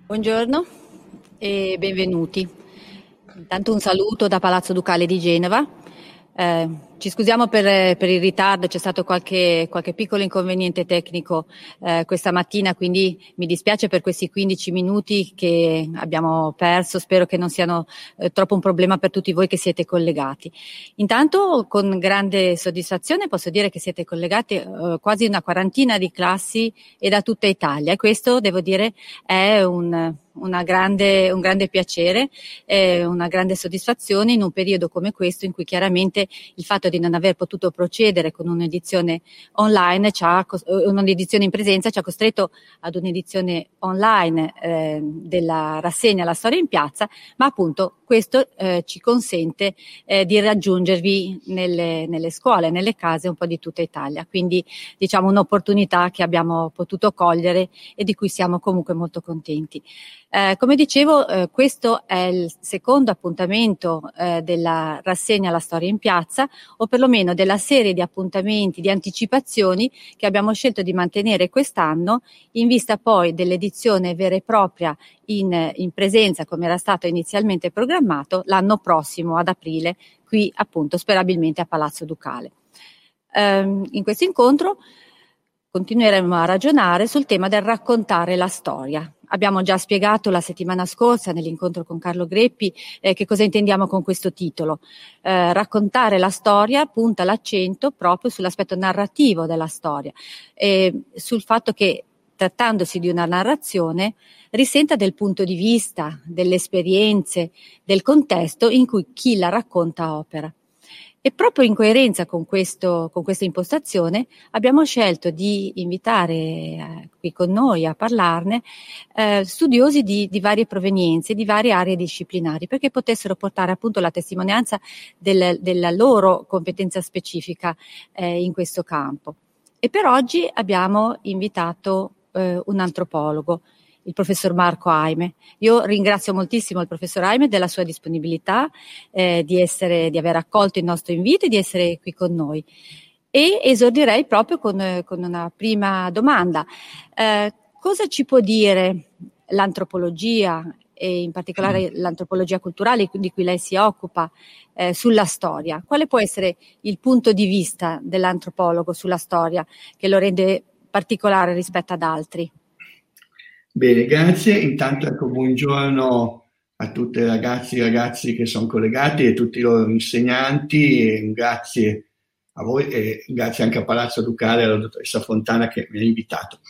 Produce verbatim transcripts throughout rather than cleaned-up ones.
Buongiorno e benvenuti. Intanto un saluto da Palazzo Ducale di Genova. Eh, ci scusiamo per, per il ritardo, c'è stato qualche, qualche piccolo inconveniente tecnico eh, questa mattina, quindi mi dispiace per questi quindici minuti che abbiamo perso, spero che non siano eh, troppo un problema per tutti voi che siete collegati. Intanto con grande soddisfazione posso dire che siete collegati eh, quasi una quarantina di classi e da tutta Italia, e questo devo dire è un Una grande, un grande piacere, eh, una grande soddisfazione in un periodo come questo in cui chiaramente il fatto di non aver potuto procedere con un'edizione online, ci ha, un'edizione in presenza ci ha costretto ad un'edizione online eh, della rassegna La Storia in Piazza, ma appunto questo eh, ci consente eh, di raggiungervi nelle, nelle scuole, nelle case un po' di tutta Italia, quindi diciamo un'opportunità che abbiamo potuto cogliere e di cui siamo comunque molto contenti. Eh, come dicevo, eh, questo è il secondo appuntamento eh, della rassegna La Storia in Piazza, o perlomeno della serie di appuntamenti, di anticipazioni che abbiamo scelto di mantenere quest'anno in vista poi dell'edizione vera e propria in, in presenza, come era stato inizialmente programmato, l'anno prossimo ad aprile, qui appunto sperabilmente a Palazzo Ducale. Eh, in questo incontro continueremo a ragionare sul tema del raccontare la storia. Abbiamo già spiegato la settimana scorsa nell'incontro con Carlo Greppi eh, che cosa intendiamo con questo titolo. Eh, raccontare la storia punta l'accento proprio sull'aspetto narrativo della storia, e sul fatto che, trattandosi di una narrazione, risenta del punto di vista, delle esperienze, del contesto in cui chi la racconta opera. E proprio in coerenza con, questo, con questa impostazione abbiamo scelto di invitare eh, qui con noi a parlarne eh, studiosi di, di varie provenienze, di varie aree disciplinari, perché potessero portare appunto la testimonianza del, della loro competenza specifica eh, in questo campo. E per oggi abbiamo invitato eh, un antropologo, il professor Marco Aime. Io ringrazio moltissimo il professor Aime della sua disponibilità, eh, di essere, di aver accolto il nostro invito e di essere qui con noi. E esordirei proprio con, eh, con una prima domanda. Eh, cosa ci può dire l'antropologia, e in particolare l'antropologia culturale di cui lei si occupa, eh, sulla storia? Quale può essere il punto di vista dell'antropologo sulla storia che lo rende particolare rispetto ad altri? Bene, grazie. Intanto ecco, buongiorno a tutte le ragazze e ragazzi che sono collegati e tutti i loro insegnanti, e grazie a voi e grazie anche a Palazzo Ducale e alla dottoressa Fontana che mi ha invitato.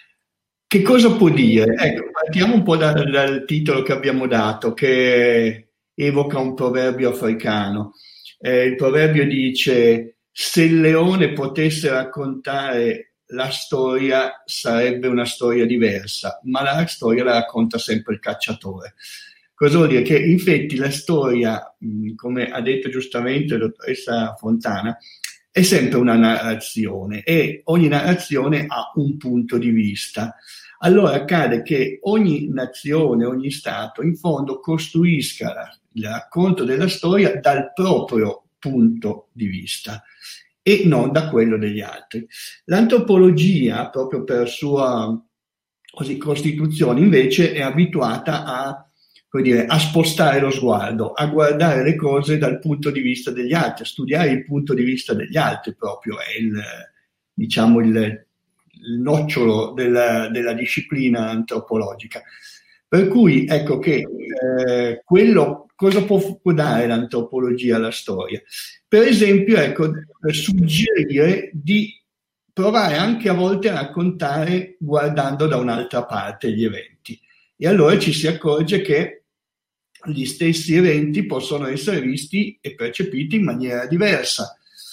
Che cosa può dire? Ecco, partiamo un po' dal, dal titolo che abbiamo dato, che evoca un proverbio africano. Eh, il proverbio dice: se il leone potesse raccontare la storia sarebbe una storia diversa, ma la storia la racconta sempre il cacciatore. Cosa vuol dire? Che infatti la storia, come ha detto giustamente la dottoressa Fontana, è sempre una narrazione e ogni narrazione ha un punto di vista. Allora accade che ogni nazione, ogni stato, in fondo costruisca il racconto della storia dal proprio punto di vista e non da quello degli altri. L'antropologia, proprio per sua così, costituzione, invece è abituata a, come dire, a spostare lo sguardo, a guardare le cose dal punto di vista degli altri, a studiare il punto di vista degli altri, proprio è il, diciamo, il, il nocciolo della, della disciplina antropologica. Per cui ecco che eh, quello, cosa può, può dare l'antropologia alla storia? Per esempio, ecco, suggerire di provare anche a volte a raccontare guardando da un'altra parte gli eventi. E allora ci si accorge che gli stessi eventi possono essere visti e percepiti in maniera diversa.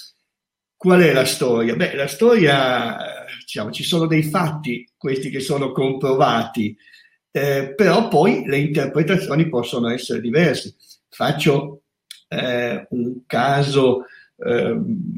Qual è la storia? Beh, la storia, diciamo, ci sono dei fatti, questi che sono comprovati, eh, però poi le interpretazioni possono essere diverse. Faccio eh, un caso eh,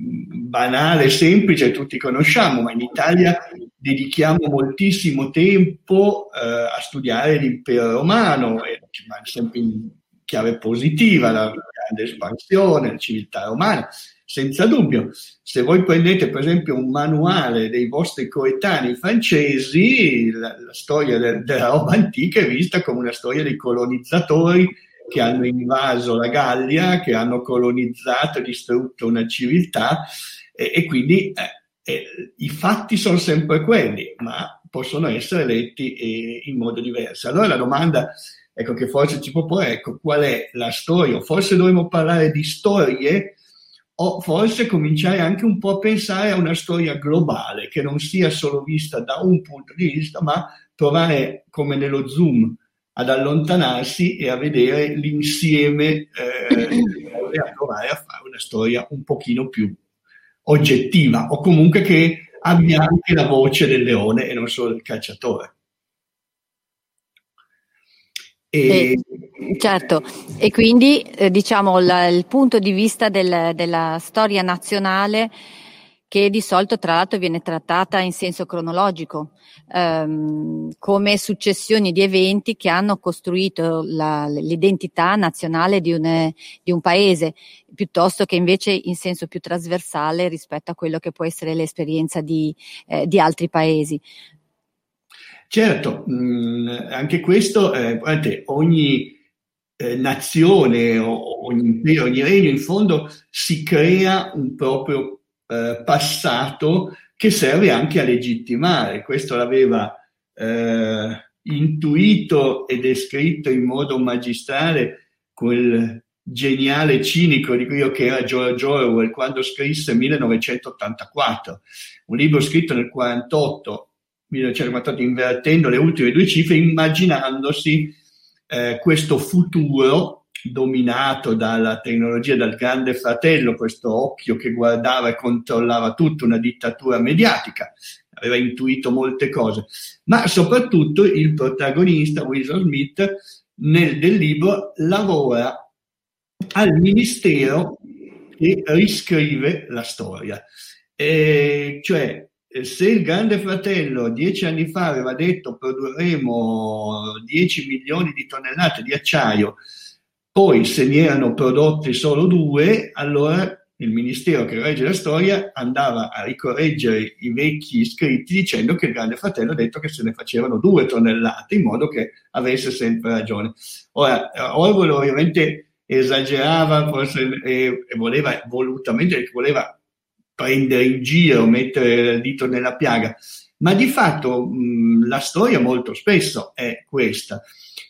banale, semplice, tutti conosciamo, ma in Italia dedichiamo moltissimo tempo eh, a studiare l'impero romano, e, ma sempre in chiave positiva, la grande espansione, la civiltà romana. senza dubbio. Se voi prendete per esempio un manuale dei vostri coetanei francesi, la, la storia de, della Roma antica è vista come una storia dei colonizzatori che hanno invaso la Gallia, che hanno colonizzato e distrutto una civiltà, e, e quindi eh, eh, i fatti sono sempre quelli, ma possono essere letti eh, in modo diverso. Allora la domanda, ecco, che forse ci può porre, ecco, qual è la storia? O forse dovremmo parlare di storie, o forse cominciare anche un po' a pensare a una storia globale, che non sia solo vista da un punto di vista, ma provare, come nello zoom, ad allontanarsi e a vedere l'insieme eh, e a provare a fare una storia un pochino più oggettiva, o comunque che abbia anche la voce del leone e non solo del cacciatore. E, eh, certo, e quindi eh, diciamo la, il punto di vista del, della storia nazionale, che di solito tra l'altro viene trattata in senso cronologico, ehm, come successioni di eventi che hanno costruito la, l'identità nazionale di un, di un paese, piuttosto che invece in senso più trasversale rispetto a quello che può essere l'esperienza di, eh, di altri paesi. Certo, mh, anche questo, eh, ogni eh, nazione, ogni impero, ogni regno in fondo si crea un proprio eh, passato che serve anche a legittimare. Questo l'aveva eh, intuito e descritto in modo magistrale quel geniale cinico di cui io che era George Orwell quando scrisse millenovecentottantaquattro, un libro scritto nel quarantotto, millenovecentoquarantotto, invertendo le ultime due cifre, immaginandosi eh, questo futuro dominato dalla tecnologia, dal grande fratello, questo occhio che guardava e controllava tutto, una dittatura mediatica. Aveva intuito molte cose, ma soprattutto il protagonista, Wilson Smith, nel del libro lavora al ministero che riscrive la storia. E cioè, se il grande fratello dieci anni fa aveva detto produrremo dieci milioni di tonnellate di acciaio, poi se ne erano prodotti solo due, allora il ministero che regge la storia andava a ricorreggere i vecchi scritti dicendo che il grande fratello ha detto che se ne facevano due tonnellate, in modo che avesse sempre ragione. Ora, Orwell ovviamente esagerava, forse, e, e voleva volutamente, voleva prendere in giro, mettere il dito nella piaga, ma di fatto mh, la storia molto spesso è questa: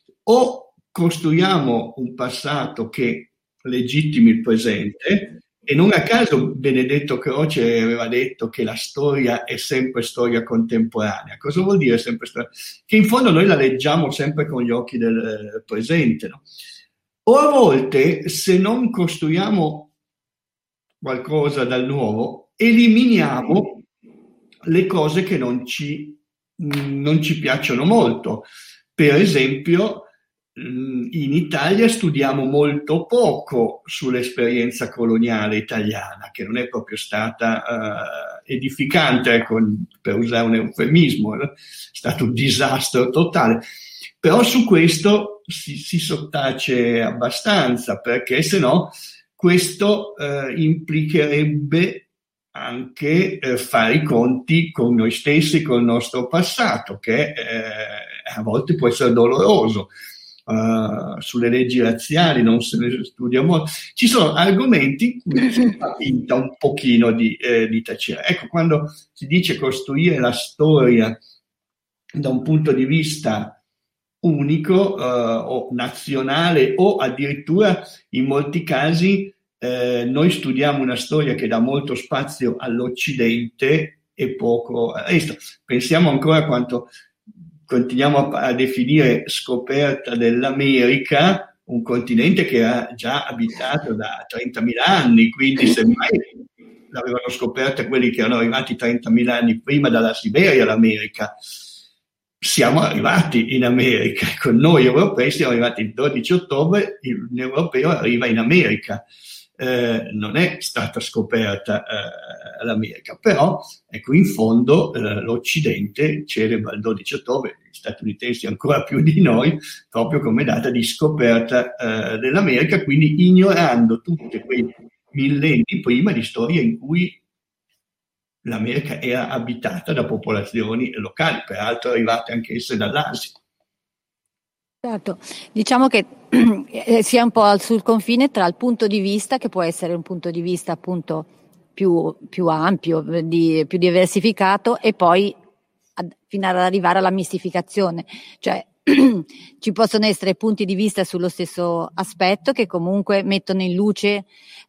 o costruiamo un passato che legittimi il presente, e non a caso Benedetto Croce aveva detto che la storia è sempre storia contemporanea. Cosa vuol dire sempre storia? Che in fondo noi la leggiamo sempre con gli occhi del presente, no? O a volte, se non costruiamo qualcosa dal nuovo, eliminiamo le cose che non ci, non ci piacciono molto. Per esempio, in Italia studiamo molto poco sull'esperienza coloniale italiana, che non è proprio stata uh, edificante, ecco, per usare un eufemismo, è stato un disastro totale. Però su questo si, si sottace abbastanza, perché se no questo uh, implicherebbe anche uh, fare i conti con noi stessi, con il nostro passato, che uh, a volte può essere doloroso. Uh, sulle leggi razziali non se ne studia molto. Ci sono argomenti in cui si fa finta un pochino di, eh, di tacere. Ecco, quando si dice costruire la storia da un punto di vista unico uh, o nazionale, o addirittura in molti casi eh, noi studiamo una storia che dà molto spazio all'Occidente e poco al resto. Pensiamo ancora a quanto continuiamo a, a definire scoperta dell'America un continente che era già abitato da trentamila anni, quindi semmai l'avevano scoperta quelli che erano arrivati trentamila anni prima dalla Siberia l'America. Siamo arrivati in America, con noi europei siamo arrivati il dodici ottobre, un europeo arriva in America. Eh, non è stata scoperta eh, l'America, però ecco, in fondo eh, l'Occidente celebra il dodici ottobre, gli statunitensi ancora più di noi, proprio come data di scoperta eh, dell'America, quindi ignorando tutti quei millenni prima di storia in cui l'America era abitata da popolazioni locali, peraltro arrivate anch'esse dall'Asia. Certo, diciamo che sia un po' sul confine tra il punto di vista, che può essere un punto di vista appunto più, più ampio, di, più diversificato, e poi ad, fino ad arrivare alla mistificazione, cioè ci possono essere punti di vista sullo stesso aspetto che comunque mettono in luce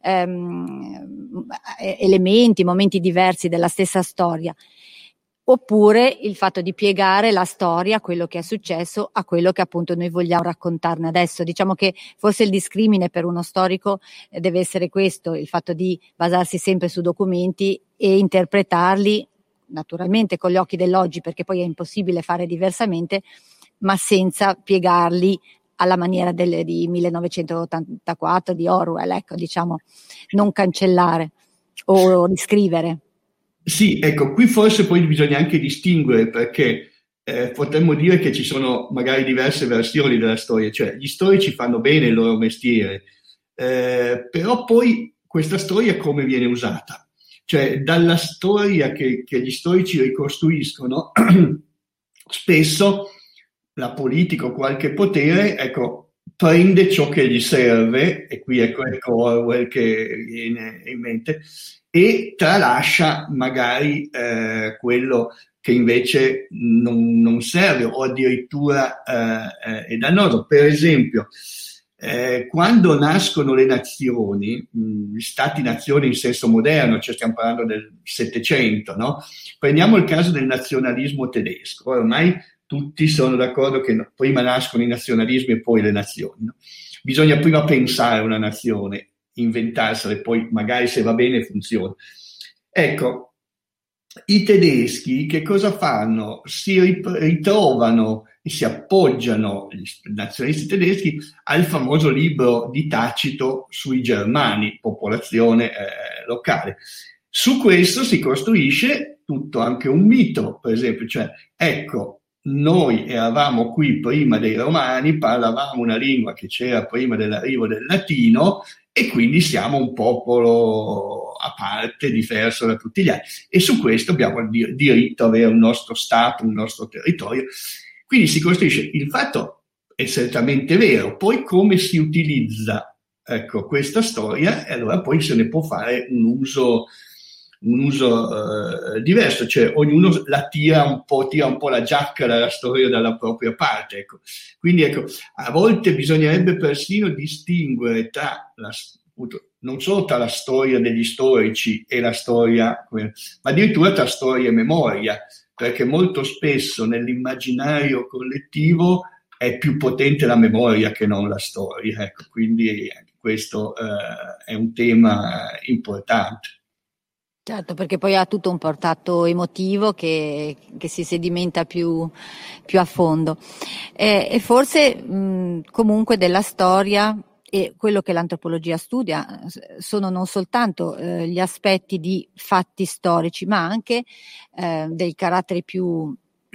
ehm, elementi, momenti diversi della stessa storia. Oppure il fatto di piegare la storia, quello che è successo, a quello che appunto noi vogliamo raccontarne adesso. Diciamo che forse il discrimine per uno storico deve essere questo, il fatto di basarsi sempre su documenti e interpretarli naturalmente con gli occhi dell'oggi, perché poi è impossibile fare diversamente, ma senza piegarli alla maniera del, di millenovecentottantaquattro, di Orwell, ecco, diciamo, non cancellare o riscrivere. Sì, ecco, qui forse poi bisogna anche distinguere, perché eh, potremmo dire che ci sono magari diverse versioni della storia, cioè gli storici fanno bene il loro mestiere, eh, però poi questa storia come viene usata? Cioè dalla storia che, che gli storici ricostruiscono, spesso la politica o qualche potere, ecco, prende ciò che gli serve, e qui ecco, ecco Orwell che viene in mente, e tralascia magari eh, quello che invece non, non serve o addirittura eh, è dannoso. Per esempio, eh, quando nascono le nazioni, mh, gli stati-nazioni in senso moderno, cioè stiamo parlando del Settecento, no? Prendiamo il caso del nazionalismo tedesco. Ormai tutti sono d'accordo che no, prima nascono i nazionalismi e poi le nazioni, no? Bisogna prima pensare una nazione, inventarsela e poi magari se va bene funziona. Ecco, i tedeschi che cosa fanno? Si ritrovano e si appoggiano, gli nazionalisti tedeschi, al famoso libro di Tacito sui Germani, popolazione eh, locale. Su questo si costruisce tutto anche un mito, per esempio, cioè ecco, noi eravamo qui prima dei Romani, parlavamo una lingua che c'era prima dell'arrivo del latino e quindi siamo un popolo a parte, diverso da tutti gli altri, e su questo abbiamo il diritto ad avere un nostro stato, un nostro territorio. Quindi si costruisce. Il fatto è certamente vero, poi come si utilizza, ecco, questa storia, e allora poi se ne può fare un uso un uso eh, diverso, cioè ognuno la tira un po', tira un po' la giacca dalla storia dalla propria parte, ecco. Quindi ecco, a volte bisognerebbe persino distinguere tra la, appunto, non solo tra la storia degli storici e la storia, ma addirittura tra storia e memoria, perché molto spesso nell'immaginario collettivo è più potente la memoria che non la storia, ecco. Quindi questo eh, è un tema importante. Certo, perché poi ha tutto un portato emotivo che, che si sedimenta più, più a fondo. E, e forse mh, comunque della storia e quello che l'antropologia studia sono non soltanto eh, gli aspetti di fatti storici, ma anche eh, dei caratteri più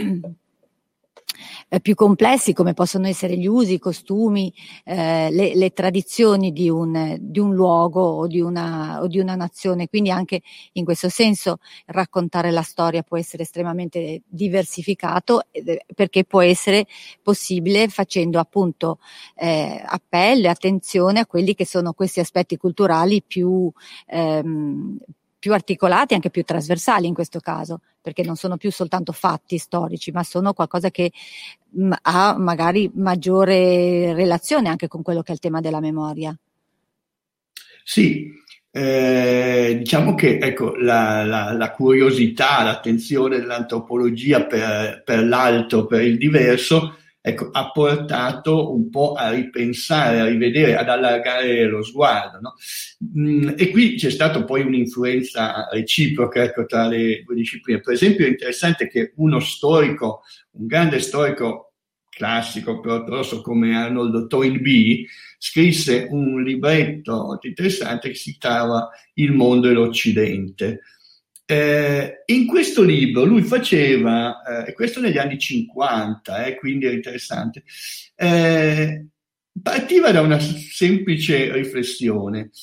più complessi, come possono essere gli usi, i costumi, eh, le, le tradizioni di un, di un luogo o di una, o di una nazione. Quindi anche in questo senso raccontare la storia può essere estremamente diversificato, perché può essere possibile facendo appunto eh, appello e attenzione a quelli che sono questi aspetti culturali più ehm, più articolati, anche più trasversali in questo caso, perché non sono più soltanto fatti storici, ma sono qualcosa che mh, ha magari maggiore relazione anche con quello che è il tema della memoria. Sì, eh, diciamo che ecco, la, la, la curiosità, l'attenzione dell'antropologia per, per l'altro, per il diverso, ecco, ha portato un po' a ripensare, a rivedere, ad allargare lo sguardo, no? Mm, e qui c'è stata poi un'influenza reciproca, ecco, tra le due discipline. Per esempio è interessante che uno storico, un grande storico classico però ortodosso come Arnoldo Toynbee, scrisse un libretto interessante che si chiama Il mondo e l'Occidente. Eh, in questo libro lui faceva, eh, questo negli anni cinquanta, eh, quindi è interessante, eh, partiva da una semplice riflessione.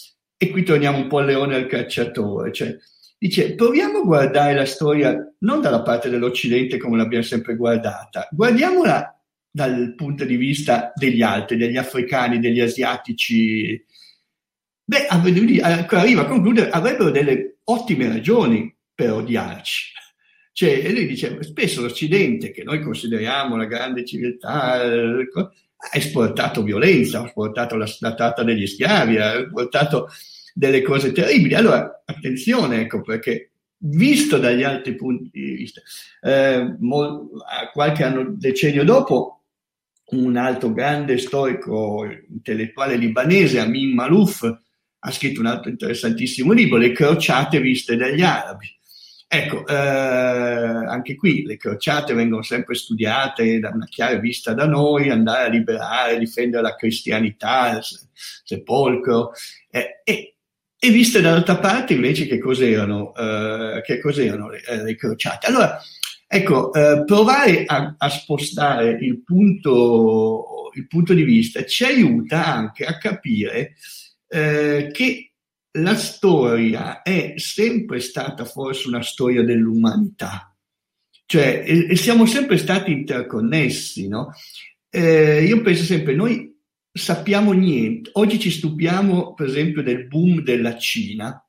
e qui torniamo un po' al leone al cacciatore, cioè dice proviamo a guardare la storia non dalla parte dell'Occidente come l'abbiamo sempre guardata, guardiamola dal punto di vista degli altri, degli africani, degli asiatici. Beh, arriva a concludere, avrebbero delle ottime ragioni per odiarci. Cioè, e lui dice, spesso l'Occidente, che noi consideriamo la grande civiltà, ha esportato violenza, ha esportato la, la tratta degli schiavi, ha esportato delle cose terribili. Allora, attenzione, ecco, perché visto dagli altri punti di vista, eh, mo, qualche anno, decennio dopo, un altro grande storico intellettuale libanese, Amin Malouf, ha scritto un altro interessantissimo libro, Le crociate viste dagli arabi. Ecco, eh, anche qui le crociate vengono sempre studiate da una chiara vista da noi, andare a liberare, difendere la cristianità, il sepolcro, eh, e, e viste dall'altra parte invece che cos'erano, eh, che cos'erano le, eh, le crociate. Allora, ecco, eh, provare a, a spostare il punto, il punto di vista ci aiuta anche a capire eh, che la storia è sempre stata forse una storia dell'umanità, cioè e, e siamo sempre stati interconnessi, no? Eh, io penso sempre, noi sappiamo niente, oggi ci stupiamo per esempio del boom della Cina,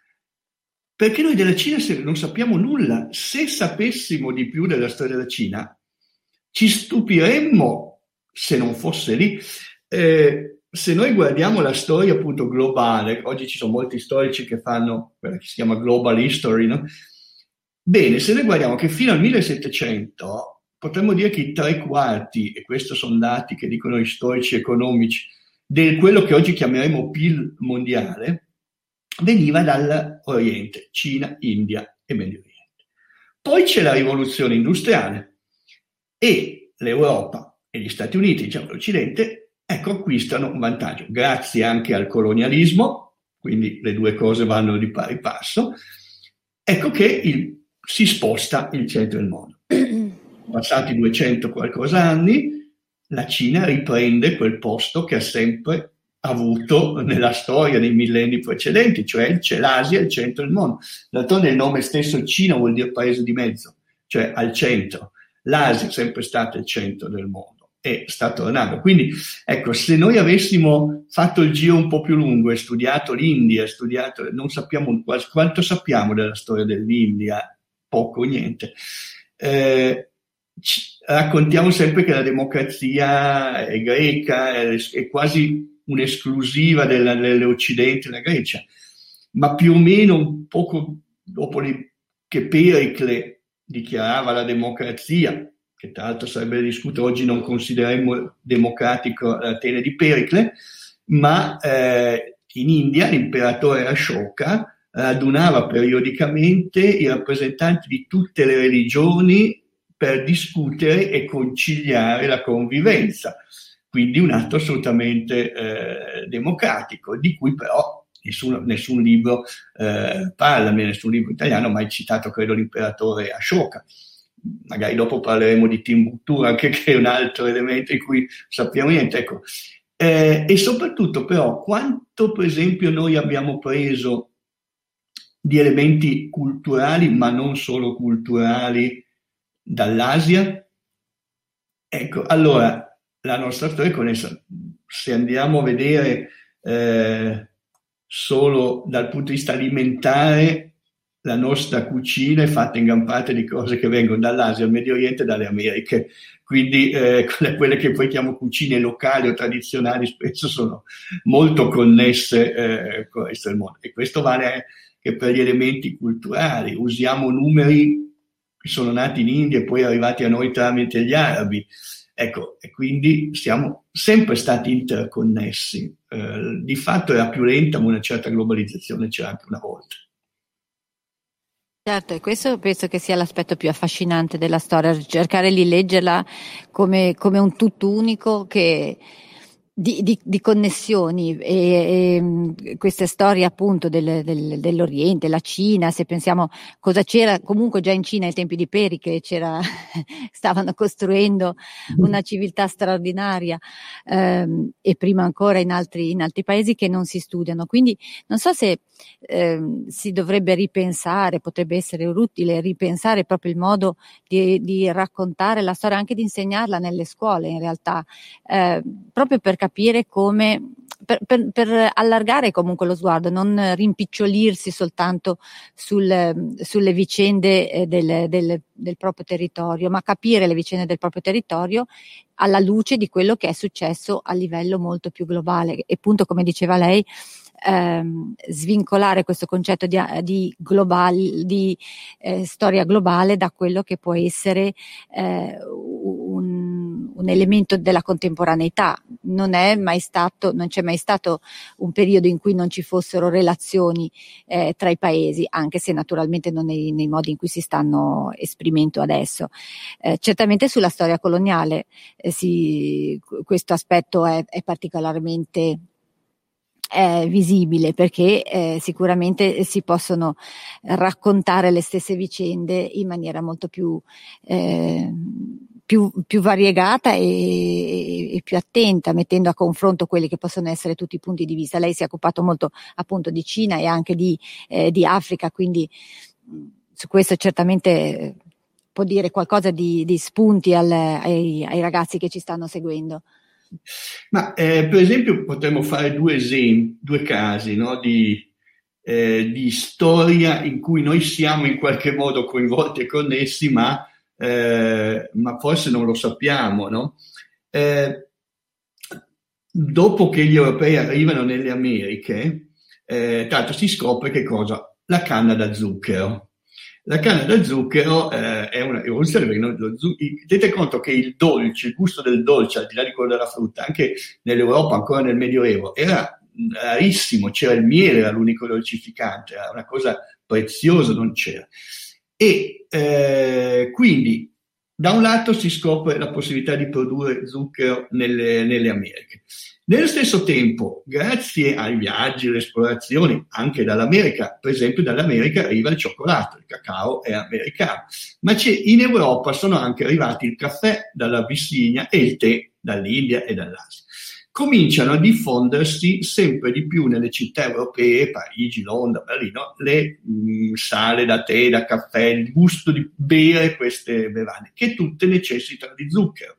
perché noi della Cina non sappiamo nulla. Se sapessimo di più della storia della Cina, ci stupiremmo se non fosse lì. Eh, se noi guardiamo la storia appunto globale, oggi ci sono molti storici che fanno quella che si chiama global history, no? Bene, se noi guardiamo che fino al millesettecento potremmo dire che i tre quarti, e questi sono dati che dicono gli storici economici, di quello che oggi chiameremo P I L mondiale, veniva dall'Oriente, Cina, India e Medio Oriente. Poi c'è la rivoluzione industriale e l'Europa e gli Stati Uniti, diciamo l'Occidente, ecco, acquistano un vantaggio, grazie anche al colonialismo, quindi le due cose vanno di pari passo, ecco che il, si sposta il centro del mondo. Passati duecento qualcosa anni, la Cina riprende quel posto che ha sempre avuto nella storia nei millenni precedenti, cioè c'è l'Asia, il centro del mondo. D'altronde il nome stesso Cina vuol dire paese di mezzo, cioè al centro. L'Asia è sempre stata il centro del mondo e sta tornando. Quindi, ecco, se noi avessimo fatto il giro un po' più lungo e studiato l'India, studiato, non sappiamo quanto sappiamo della storia dell'India, poco o niente, eh, raccontiamo sempre che la democrazia è greca, è, è quasi un'esclusiva della, dell'Occidente, la Grecia, ma più o meno un poco dopo che Pericle dichiarava la democrazia, che tra l'altro sarebbe discusso, oggi non consideriamo democratico l'Atene di Pericle, ma eh, in India l'imperatore Ashoka radunava periodicamente i rappresentanti di tutte le religioni per discutere e conciliare la convivenza, quindi un atto assolutamente eh, democratico, di cui però nessun, nessun libro eh, parla, nessun libro italiano ha mai citato, credo, l'imperatore Ashoka. Magari dopo parleremo di Timbuktu, anche che è un altro elemento in cui sappiamo niente. Ecco. Eh, e soprattutto però quanto per esempio noi abbiamo preso di elementi culturali, ma non solo culturali, dall'Asia. Ecco, allora la nostra storia è connessa. Se andiamo a vedere eh, solo dal punto di vista alimentare, la nostra cucina è fatta in gran parte di cose che vengono dall'Asia, dal Medio Oriente e dalle Americhe, quindi eh, quelle che poi chiamo cucine locali o tradizionali spesso sono molto connesse eh, con il resto del mondo, e questo vale anche per gli elementi culturali. Usiamo numeri che sono nati in India e poi arrivati a noi tramite gli arabi, ecco, e quindi siamo sempre stati interconnessi. Eh, di fatto era più lenta, ma una certa globalizzazione c'era anche una volta. Certo, e questo penso che sia l'aspetto più affascinante della storia, cercare di leggerla come, come un tutto unico che Di, di, di connessioni e, e queste storie appunto del, del, dell'Oriente, la Cina, se pensiamo cosa c'era comunque già in Cina ai tempi di Pericle, c'era, stavano costruendo una civiltà straordinaria, ehm, e prima ancora in altri, in altri paesi che non si studiano. Quindi non so se ehm, si dovrebbe ripensare, potrebbe essere utile ripensare proprio il modo di, di raccontare la storia, anche di insegnarla nelle scuole in realtà, eh, proprio per capire come, per, per, per allargare comunque lo sguardo, non rimpicciolirsi soltanto sul, sulle vicende del, del, del proprio territorio, ma capire le vicende del proprio territorio alla luce di quello che è successo a livello molto più globale. E appunto, come diceva lei, ehm, svincolare questo concetto di, di, global, di eh, storia globale da quello che può essere eh, un, un elemento della contemporaneità. Non è mai stato, non c'è mai stato un periodo in cui non ci fossero relazioni eh, tra i paesi, anche se naturalmente non nei, nei modi in cui si stanno esprimendo adesso. Eh, certamente sulla storia coloniale eh, si, questo aspetto è, è particolarmente è visibile, perché eh, sicuramente si possono raccontare le stesse vicende in maniera molto più eh, più, più variegata e, e più attenta, mettendo a confronto quelli che possono essere tutti i punti di vista. Lei si è occupato molto appunto di Cina e anche di, eh, di Africa, quindi su questo certamente può dire qualcosa di, di spunti al, ai, ai ragazzi che ci stanno seguendo. Ma eh, per esempio potremmo fare due esempi, due casi, no, di, eh, di storia in cui noi siamo in qualche modo coinvolti e connessi, ma, eh, ma forse non lo sappiamo, no? Eh, dopo che gli europei arrivano nelle Americhe, eh, tanto si scopre che cosa? La canna da zucchero. La canna da zucchero eh, è una rivoluzione, perché noi, lo zu- tenete conto che il dolce, il gusto del dolce, al di là di quello della frutta, anche nell'Europa, ancora nel Medioevo, era rarissimo, c'era il miele, era l'unico dolcificante, era una cosa preziosa, non c'era. E eh, quindi da un lato si scopre la possibilità di produrre zucchero nelle, nelle Americhe. Nello stesso tempo, grazie ai viaggi, alle esplorazioni, anche dall'America, per esempio dall'America arriva il cioccolato, il cacao è americano, ma c'è, in Europa sono anche arrivati il caffè dall'Abissinia e il tè dall'India e dall'Asia. Cominciano a diffondersi sempre di più nelle città europee, Parigi, Londra, Berlino, le mh, sale da tè, da caffè, il gusto di bere queste bevande, che tutte necessitano di zucchero.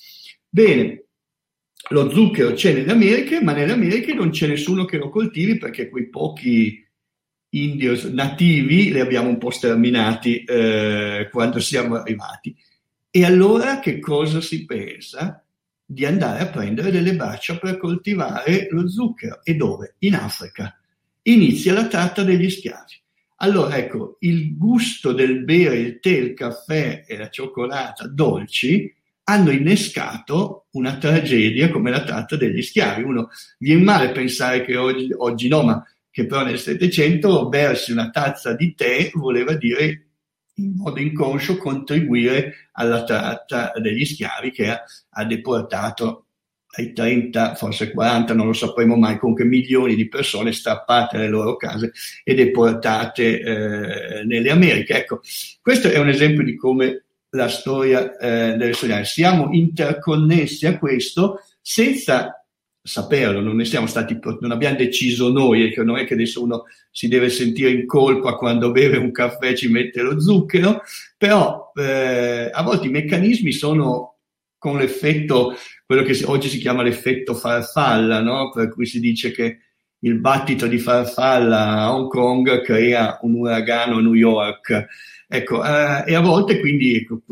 Bene, lo zucchero c'è nelle Americhe, ma nelle Americhe non c'è nessuno che lo coltivi, perché quei pochi indios nativi li abbiamo un po' sterminati eh, quando siamo arrivati. E allora che cosa si pensa? Di andare a prendere delle braccia per coltivare lo zucchero. E dove? In Africa. Inizia la tratta degli schiavi. Allora ecco, il gusto del bere il tè, il caffè e la cioccolata dolci hanno innescato una tragedia come la tratta degli schiavi. Uno viene male pensare che oggi, oggi no, ma che però nel Settecento bersi una tazza di tè voleva dire in modo inconscio contribuire alla tratta degli schiavi, che ha, ha deportato ai trenta, forse quaranta, non lo sapremo mai, comunque milioni di persone strappate dalle loro case e deportate eh, nelle Americhe. Ecco, questo è un esempio di come la storia eh, deve studiare. Siamo interconnessi a questo senza saperlo, non ne siamo stati, non abbiamo deciso noi, e che non è che adesso uno si deve sentire in colpa quando beve un caffè e ci mette lo zucchero, però eh, a volte i meccanismi sono con l'effetto, quello che oggi si chiama l'effetto farfalla, no? Per cui si dice che il battito di farfalla a Hong Kong crea un uragano a New York. Ecco, eh, e a volte quindi ecco,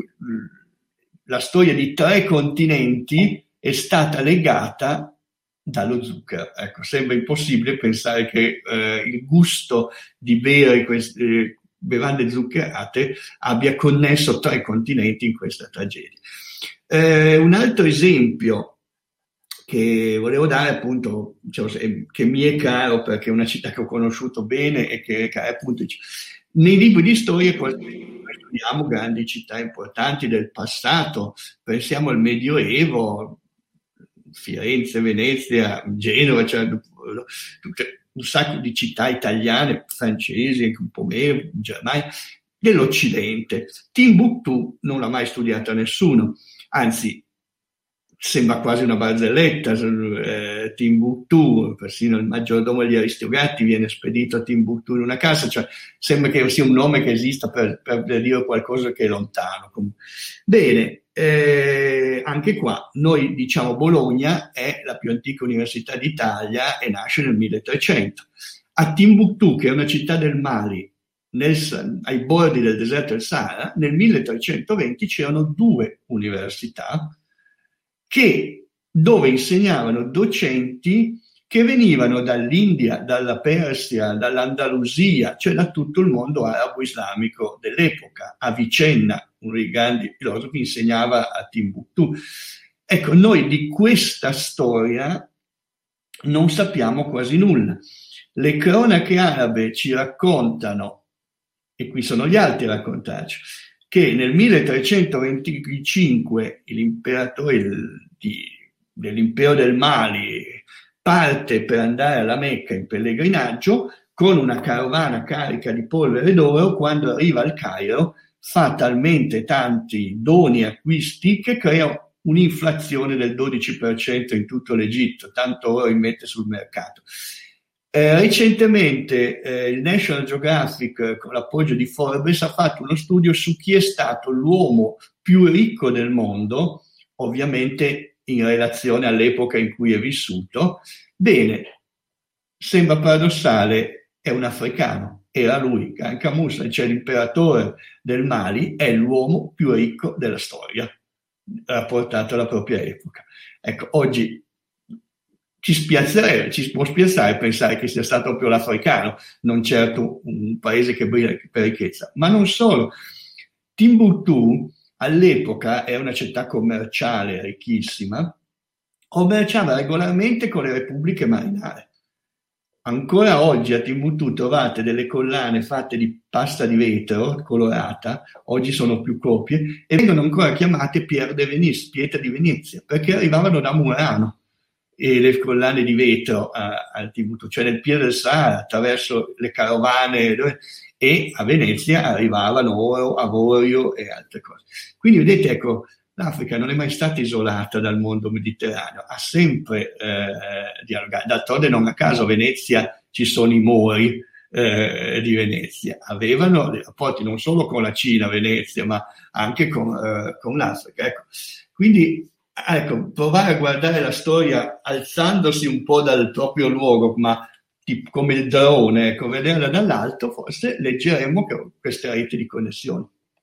la storia di tre continenti è stata legata dallo zucchero. Ecco, sembra impossibile pensare che eh, il gusto di bere queste eh, bevande zuccherate abbia connesso tre continenti in questa tragedia. Eh, un altro esempio che volevo dare, appunto, cioè, che mi è caro perché è una città che ho conosciuto bene e che è appunto nei libri di storia studiamo grandi città importanti del passato, pensiamo al Medioevo, Firenze, Venezia, Genova, cioè tutte, un sacco di città italiane, francesi, anche un po' meno, Germania, dell'Occidente. Timbuktu non l'ha mai studiata nessuno, anzi sembra quasi una barzelletta. eh, Timbuktu, persino il maggiordomo degli Aristogatti viene spedito a Timbuktu in una casa, cioè sembra che sia un nome che esista per, per dire qualcosa che è lontano. Bene, eh, anche qua noi diciamo Bologna è la più antica università d'Italia e nasce nel milletrecento. A Timbuktu, che è una città del Mali, nel, ai bordi del deserto del Sahara, nel milletrecentoventi c'erano due università che, dove insegnavano docenti che venivano dall'India, dalla Persia, dall'Andalusia, cioè da tutto il mondo arabo-islamico dell'epoca. Avicenna, uno dei grandi filosofi, insegnava a Timbuktu. Ecco, noi di questa storia non sappiamo quasi nulla. Le cronache arabe ci raccontano, e qui sono gli altri a raccontarci, che nel milletrecentoventicinque l'imperatore di, dell'impero del Mali parte per andare alla Mecca in pellegrinaggio con una carovana carica di polvere d'oro. Quando arriva al Cairo fa talmente tanti doni e acquisti che crea un'inflazione del dodici per cento in tutto l'Egitto, tanto oro immette sul mercato. Eh, recentemente eh, il National Geographic, con l'appoggio di Forbes, ha fatto uno studio su chi è stato l'uomo più ricco del mondo, ovviamente in relazione all'epoca in cui è vissuto. Bene, sembra paradossale, è un africano, era lui, Kanka Musa, cioè l'imperatore del Mali, è l'uomo più ricco della storia, rapportato alla propria epoca. Ecco, oggi Ci, spiazzare, ci può spiazzare pensare che sia stato proprio l'africano, non certo un paese che brilla per ricchezza. Ma non solo. Timbuktu all'epoca è una città commerciale ricchissima, commerciava regolarmente con le repubbliche marinare. Ancora oggi a Timbuktu trovate delle collane fatte di pasta di vetro colorata, oggi sono più copie, e vengono ancora chiamate Pierre de Venise, pietra di Venezia, perché arrivavano da Murano. E le collane di vetro al Timbuktu, cioè nel piede del Sahara, attraverso le carovane, e a Venezia arrivavano oro, avorio e altre cose. Quindi vedete, ecco, l'Africa non è mai stata isolata dal mondo mediterraneo, ha sempre eh, dialogato. D'altronde non a caso a Venezia ci sono i Mori eh, di Venezia, avevano dei rapporti non solo con la Cina, Venezia, ma anche con, eh, con l'Africa. Ecco. Quindi ecco, provare a guardare la storia alzandosi un po' dal proprio luogo, ma tipo, come il drone, ecco, vederla dall'alto, forse leggeremo queste reti di connessione.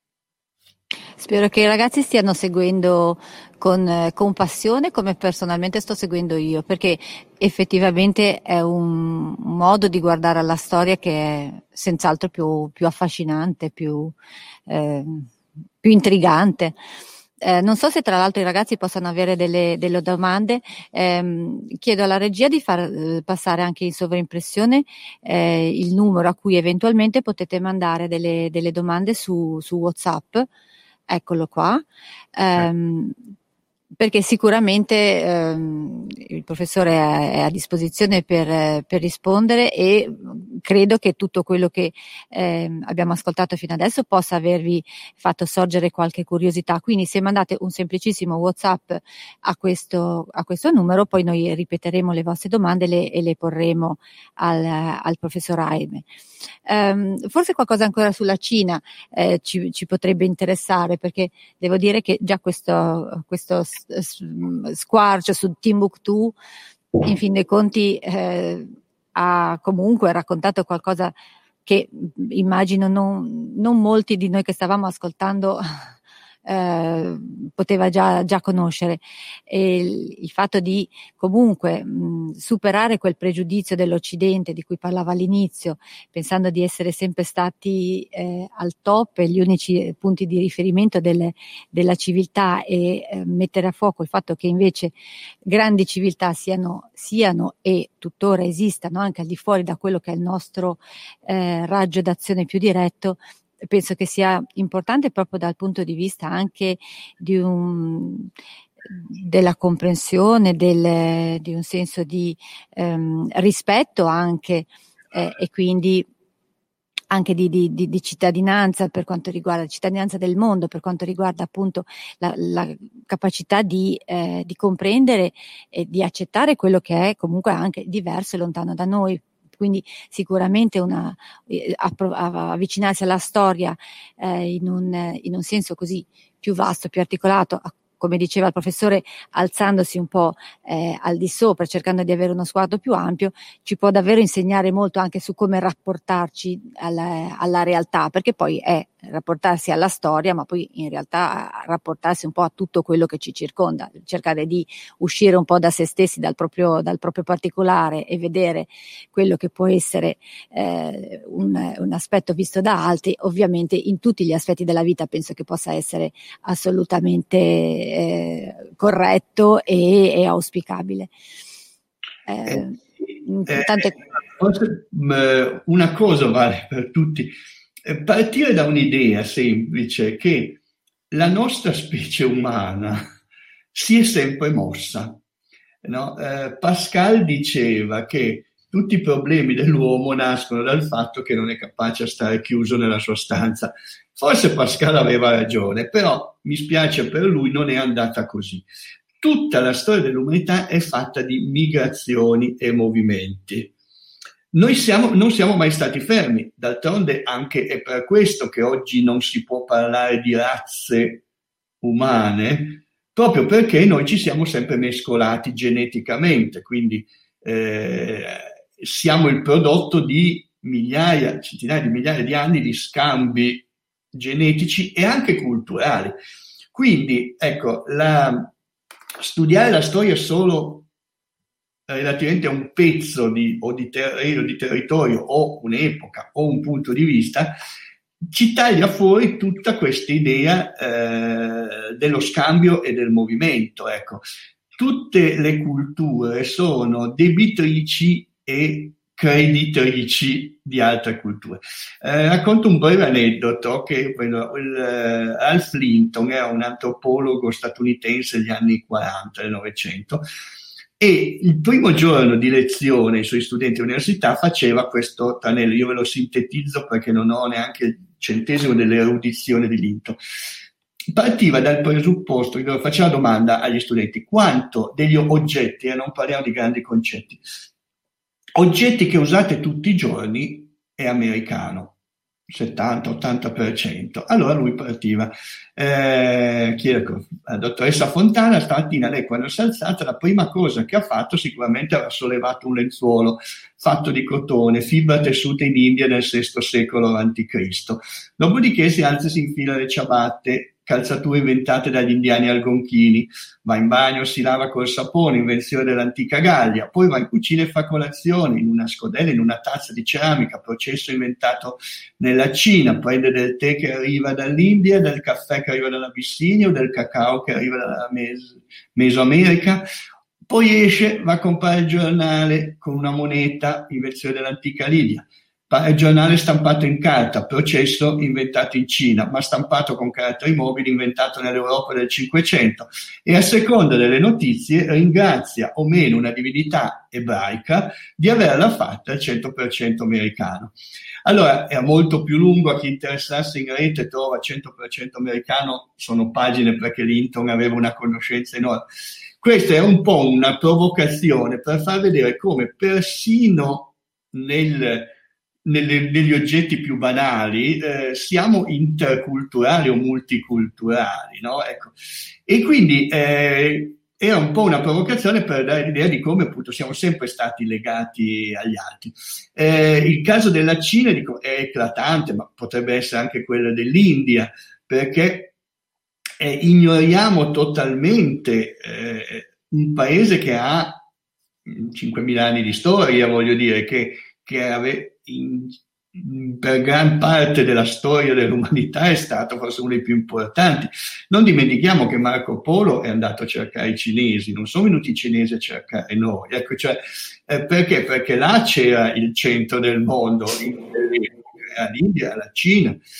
Spero che i ragazzi stiano seguendo con, con passione, come personalmente sto seguendo io, perché effettivamente è un modo di guardare alla storia che è senz'altro più, più affascinante, più, eh, più intrigante. Eh, non so se tra l'altro i ragazzi possano avere delle, delle domande. Eh, chiedo alla regia di far eh, passare anche in sovraimpressione eh, il numero a cui eventualmente potete mandare delle, delle domande su, su WhatsApp. Eccolo qua. Eh, perché sicuramente ehm, il professore è, è a disposizione per, per rispondere, e credo che tutto quello che ehm, abbiamo ascoltato fino adesso possa avervi fatto sorgere qualche curiosità. Quindi se mandate un semplicissimo WhatsApp a questo, a questo numero, poi noi ripeteremo le vostre domande le, e le porremo al, al professor Aime. Um, forse qualcosa ancora sulla Cina eh, ci, ci potrebbe interessare, perché devo dire che già questo, questo squarcio su Timbuktu in fin dei conti eh, ha comunque raccontato qualcosa che immagino non, non molti di noi che stavamo ascoltando eh, poteva già, già conoscere. E il, il fatto di comunque mh, superare quel pregiudizio dell'Occidente di cui parlava all'inizio, pensando di essere sempre stati eh, al top e gli unici punti di riferimento delle, della civiltà, e eh, mettere a fuoco il fatto che invece grandi civiltà siano, siano e tuttora esistano anche al di fuori da quello che è il nostro eh, raggio d'azione più diretto. Penso che sia importante proprio dal punto di vista anche di un della comprensione, del, di un senso di ehm, rispetto anche eh, e quindi anche di, di, di, di cittadinanza per quanto riguarda la cittadinanza del mondo, per quanto riguarda appunto la, la capacità di, eh, di comprendere e di accettare quello che è comunque anche diverso e lontano da noi. Quindi sicuramente una, eh, avvicinarsi alla storia eh, in, un, in un senso così più vasto, più articolato, come diceva il professore, alzandosi un po' eh, al di sopra, cercando di avere uno sguardo più ampio, ci può davvero insegnare molto anche su come rapportarci alla, alla realtà, perché poi è rapportarsi alla storia, ma poi in realtà rapportarsi un po' a tutto quello che ci circonda, cercare di uscire un po' da se stessi, dal proprio, dal proprio particolare e vedere quello che può essere eh, un, un aspetto visto da altri. Ovviamente in tutti gli aspetti della vita penso che possa essere assolutamente eh, corretto e, e auspicabile. Eh, eh, tante... forse, una cosa vale per tutti: partire da un'idea semplice che la nostra specie umana si è sempre mossa, no? eh, Pascal diceva che tutti i problemi dell'uomo nascono dal fatto che non è capace a stare chiuso nella sua stanza. Forse Pascal aveva ragione, però mi spiace per lui, non è andata così. Tutta la storia dell'umanità è fatta di migrazioni e movimenti. Noi siamo, non siamo mai stati fermi, d'altronde anche è per questo che oggi non si può parlare di razze umane, proprio perché noi ci siamo sempre mescolati geneticamente, quindi eh, siamo il prodotto di migliaia, centinaia di migliaia di anni di scambi genetici e anche culturali. Quindi, ecco, la, studiare la storia solo relativamente a un pezzo di, o di terreno, di territorio, o un'epoca, o un punto di vista, ci taglia fuori tutta questa idea eh, dello scambio e del movimento. Ecco, tutte le culture sono debitrici e creditrici di altre culture. Eh, racconto un breve aneddoto che quello, il, uh, Ralph Linton era un antropologo statunitense degli anni quaranta del Novecento, e il primo giorno di lezione ai suoi studenti all'università faceva questo tranello. Io ve lo sintetizzo perché non ho neanche il centesimo dell'erudizione di Linton. Partiva dal presupposto che faceva domanda agli studenti: quanto degli oggetti, e non parliamo di grandi concetti, oggetti che usate tutti i giorni è americano? settanta ottanta per cento. Allora lui partiva. Eh, chiedo, la dottoressa Fontana, stamattina lei quando si è alzata, la prima cosa che ha fatto sicuramente avrà sollevato un lenzuolo fatto di cotone, fibra tessuta in India nel sesto secolo avanti Cristo. Dopodiché si alza e si infila le ciabatte, calzature inventate dagli indiani algonchini, va in bagno, si lava col sapone, invenzione dell'antica Gallia, poi va in cucina e fa colazione in una scodella, in una tazza di ceramica, processo inventato nella Cina, prende del tè che arriva dall'India, del caffè che arriva dall'Abissinia o del cacao che arriva dalla Mes- Mesoamerica. Poi esce, va a comprare il giornale con una moneta, invenzione dell'antica Libia. Il giornale stampato in carta, processo inventato in Cina, ma stampato con caratteri mobili, inventato nell'Europa del Cinquecento, e a seconda delle notizie ringrazia o meno una divinità ebraica di averla fatta al cento per cento americano. Allora è molto più lungo, a chi interessasse in rete trova cento per cento americano, sono pagine perché Linton aveva una conoscenza enorme. Questa è un po' una provocazione per far vedere come persino nel Nelle, negli oggetti più banali eh, siamo interculturali o multiculturali, no? Ecco. E quindi eh, era un po' una provocazione per dare l'idea di come appunto siamo sempre stati legati agli altri. Eh, il caso della Cina, dico, è eclatante, ma potrebbe essere anche quello dell'India, perché eh, ignoriamo totalmente eh, un paese che ha cinquemila anni di storia, voglio dire, che, che ave, In, per gran parte della storia dell'umanità è stato forse uno dei più importanti. Non dimentichiamo che Marco Polo è andato a cercare i cinesi, non sono venuti i cinesi a cercare noi. Ecco, cioè, eh, perché? Perché là c'era il centro del mondo, l'India, la Cina.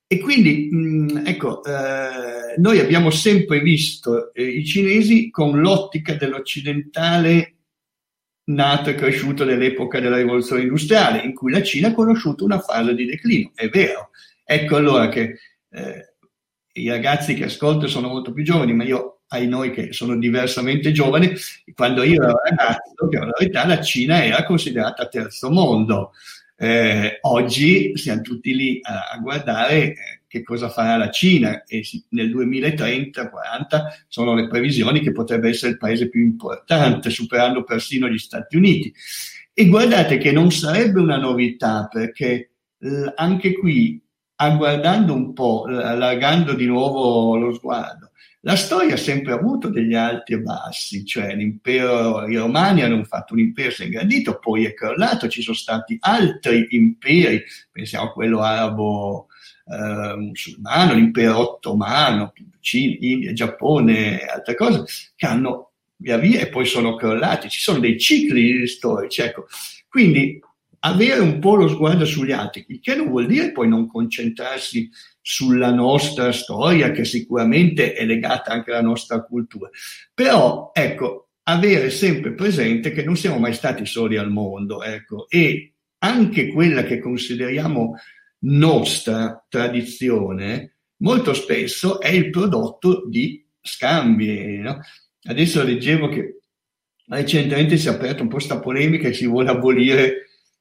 E quindi, mh, ecco, eh, noi abbiamo sempre visto eh, i cinesi con l'ottica dell'occidentale nato e cresciuto nell'epoca della rivoluzione industriale, in cui la Cina ha conosciuto una fase di declino, è vero. Ecco allora che eh, i ragazzi che ascolto sono molto più giovani, ma io, ai noi che sono diversamente giovani, quando io ero ragazzo, che in realtà la Cina era considerata terzo mondo. Eh, oggi siamo tutti lì a, a guardare eh, che cosa farà la Cina, e si, nel duemilatrenta quaranta sono le previsioni che potrebbe essere il paese più importante, superando persino gli Stati Uniti. E guardate che non sarebbe una novità, perché eh, anche qui, guardando un po', allargando di nuovo lo sguardo, la storia ha sempre avuto degli alti e bassi, cioè l'impero, i Romani hanno fatto un impero, si è ingrandito, poi è crollato, ci sono stati altri imperi, pensiamo a quello arabo eh, musulmano, l'impero ottomano, Cina, India, Giappone, altre cose, che hanno via via e poi sono crollati, ci sono dei cicli storici, ecco. Quindi avere un po' lo sguardo sugli altri, il che non vuol dire poi non concentrarsi sulla nostra storia, che sicuramente è legata anche alla nostra cultura, però ecco, avere sempre presente che non siamo mai stati soli al mondo, ecco, e anche quella che consideriamo nostra tradizione molto spesso è il prodotto di scambi, no? Adesso leggevo che recentemente si è aperta un po' questa polemica e si vuole abolire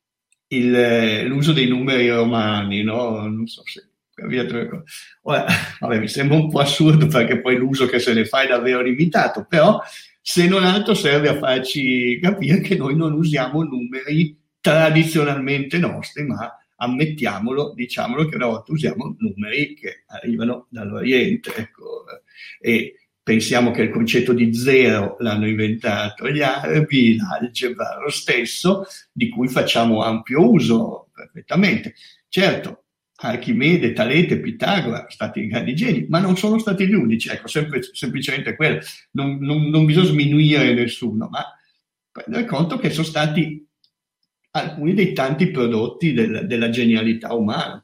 il, l'uso dei numeri romani, no? Non so se capite. Ora, vabbè, mi sembra un po' assurdo, perché poi l'uso che se ne fa è davvero limitato, però se non altro serve a farci capire che noi non usiamo numeri tradizionalmente nostri, ma ammettiamolo, diciamolo che una volta usiamo numeri che arrivano dall'Oriente, ecco, e pensiamo che il concetto di zero l'hanno inventato gli arabi, l'algebra lo stesso, di cui facciamo ampio uso perfettamente. Certo, Archimede, Talete, Pitagora sono stati grandi geni, ma non sono stati gli unici, ecco, sempre, semplicemente quello. Non, non, non bisogna sminuire nessuno, ma prendere conto che sono stati alcuni dei tanti prodotti del, della genialità umana.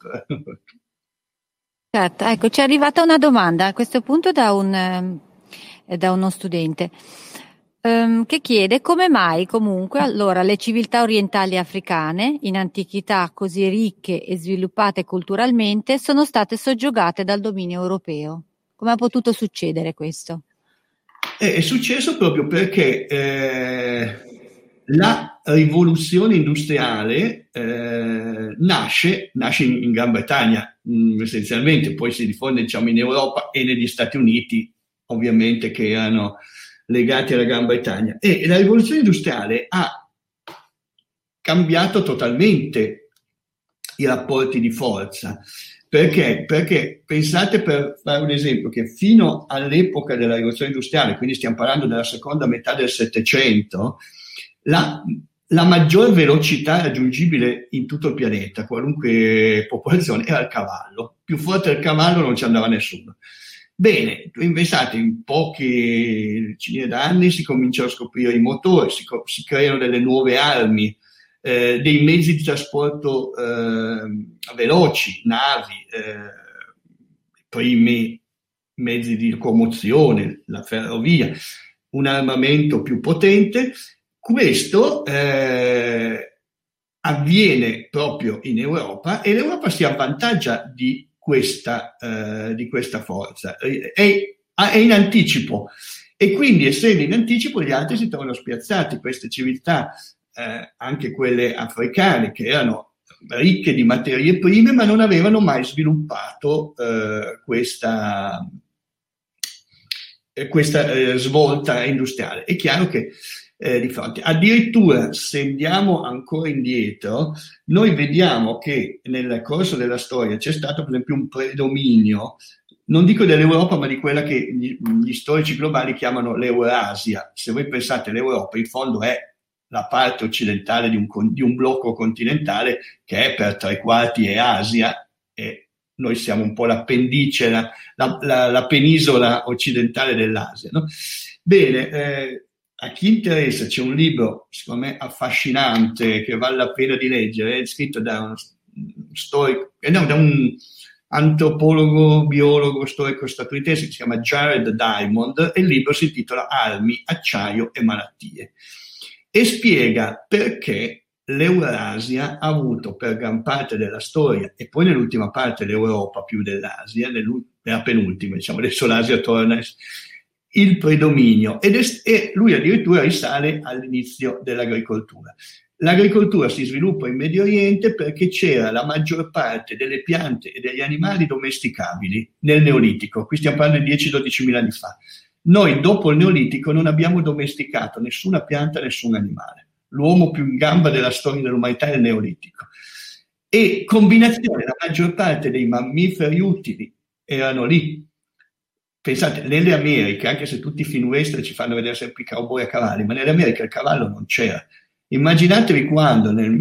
Certo, ecco, ci è arrivata una domanda a questo punto da, un, eh, da uno studente ehm, che chiede come mai comunque allora le civiltà orientali africane, in antichità così ricche e sviluppate culturalmente, sono state soggiogate dal dominio europeo. Come è potuto succedere questo? È successo proprio perché eh, la rivoluzione industriale eh, nasce, nasce in, in Gran Bretagna mh, essenzialmente, poi si diffonde, diciamo, in Europa e negli Stati Uniti, ovviamente, che erano legati alla Gran Bretagna. E la rivoluzione industriale ha cambiato totalmente i rapporti di forza. Perché? Perché pensate, per fare un esempio, che fino all'epoca della rivoluzione industriale, quindi stiamo parlando della seconda metà del Settecento, la, la maggior velocità raggiungibile in tutto il pianeta, qualunque popolazione, era il cavallo. Più forte del cavallo non ci andava nessuno. Bene, pensate, in poche decine d'anni si cominciano a scoprire i motori, si, si creano delle nuove armi, Eh, dei mezzi di trasporto eh, veloci, navi, eh, primi mezzi di locomozione, la ferrovia, un armamento più potente. Questo eh, avviene proprio in Europa e l'Europa si avvantaggia di questa, eh, di questa forza, è, è in anticipo, e quindi, essendo in anticipo, gli altri si trovano spiazzati. Queste civiltà, Eh, anche quelle africane, che erano ricche di materie prime ma non avevano mai sviluppato eh, questa, eh, questa eh, svolta industriale. È chiaro che eh, di fronte, addirittura se andiamo ancora indietro, noi vediamo che nel corso della storia c'è stato per esempio un predominio, non dico dell'Europa, ma di quella che gli, gli storici globali chiamano l'Eurasia. Se voi pensate, l'Europa in fondo è la parte occidentale di un, di un blocco continentale che è per tre quarti è Asia, e noi siamo un po' l'appendice, la, la, la, la penisola occidentale dell'Asia, no? Bene, eh, a chi interessa c'è un libro, secondo me, affascinante, che vale la pena di leggere, è scritto da un storico, eh, no, da un antropologo, biologo, storico statunitense, che si chiama Jared Diamond, e il libro si intitola Armi, acciaio e malattie, e spiega perché l'Eurasia ha avuto per gran parte della storia, e poi nell'ultima parte l'Europa più dell'Asia, nella penultima, diciamo, adesso l'Asia torna il predominio, ed è, e lui addirittura risale all'inizio dell'agricoltura. L'agricoltura si sviluppa in Medio Oriente perché c'era la maggior parte delle piante e degli animali domesticabili nel Neolitico, qui stiamo parlando di dieci dodici mila anni fa. Noi dopo il Neolitico non abbiamo domesticato nessuna pianta, nessun animale. L'uomo più in gamba della storia dell'umanità è il Neolitico. E combinazione, la maggior parte dei mammiferi utili erano lì. Pensate, nelle Americhe, anche se tutti i film western ci fanno vedere sempre i cowboy a cavalli, ma nelle Americhe il cavallo non c'era. Immaginatevi quando nel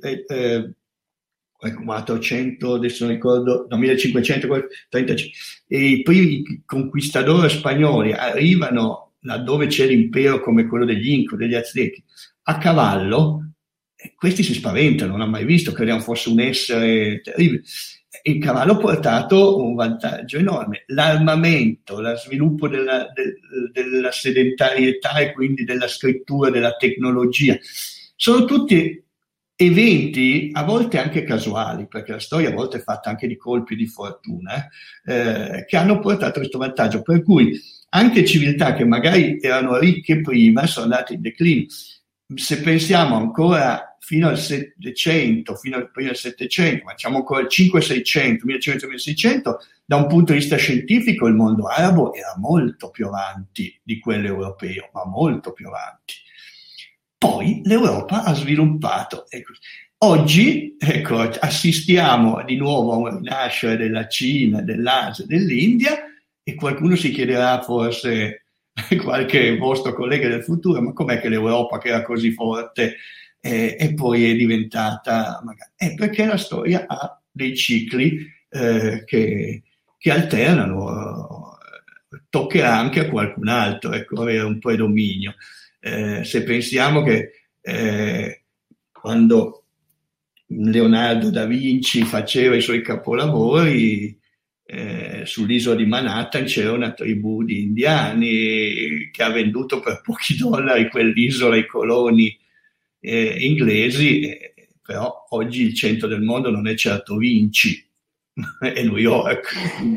millequattrocento, adesso non ricordo, no, millecinquecentotrentacinque, i primi conquistadori spagnoli arrivano laddove c'è l'impero come quello degli Inca, degli Aztechi, a cavallo, questi si spaventano, non hanno mai visto, credevano fosse un essere terribile. Il cavallo ha portato un vantaggio enorme, l'armamento, lo sviluppo della, de, della sedentarietà e quindi della scrittura, della tecnologia, sono tutti eventi a volte anche casuali, perché la storia a volte è fatta anche di colpi di fortuna, eh, che hanno portato questo vantaggio, per cui anche civiltà che magari erano ricche prima sono andate in declino. Se pensiamo ancora fino al Settecento, fino al prima del Settecento, ma diciamo ancora al cinquecento-seicento, millecinquecento-milleseicento, da un punto di vista scientifico il mondo arabo era molto più avanti di quello europeo, ma molto più avanti. Poi l'Europa ha sviluppato. Ecco. Oggi ecco, assistiamo di nuovo a un rinascere della Cina, dell'Asia, dell'India, e qualcuno si chiederà forse, qualche vostro collega del futuro, ma com'è che l'Europa, che era così forte, eh, e poi è diventata magari... È perché la storia ha dei cicli eh, che, che alternano, eh, toccherà anche a qualcun altro, ecco, avere un predominio. Eh, se pensiamo che eh, quando Leonardo da Vinci faceva i suoi capolavori, Eh, sull'isola di Manhattan c'era una tribù di indiani che ha venduto per pochi dollari quell'isola ai coloni eh, inglesi, eh, però oggi il centro del mondo non è certo Vinci, è New York,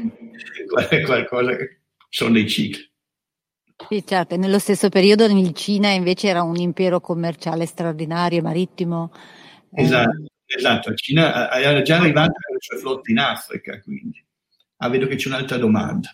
è qualcosa che sono dei cicli. Sì, certo, nello stesso periodo in Cina invece era un impero commerciale straordinario, marittimo. Esatto, eh. esatto. La Cina era già arrivata con le sue flotte in Africa, quindi. Ah, vedo che c'è un'altra domanda.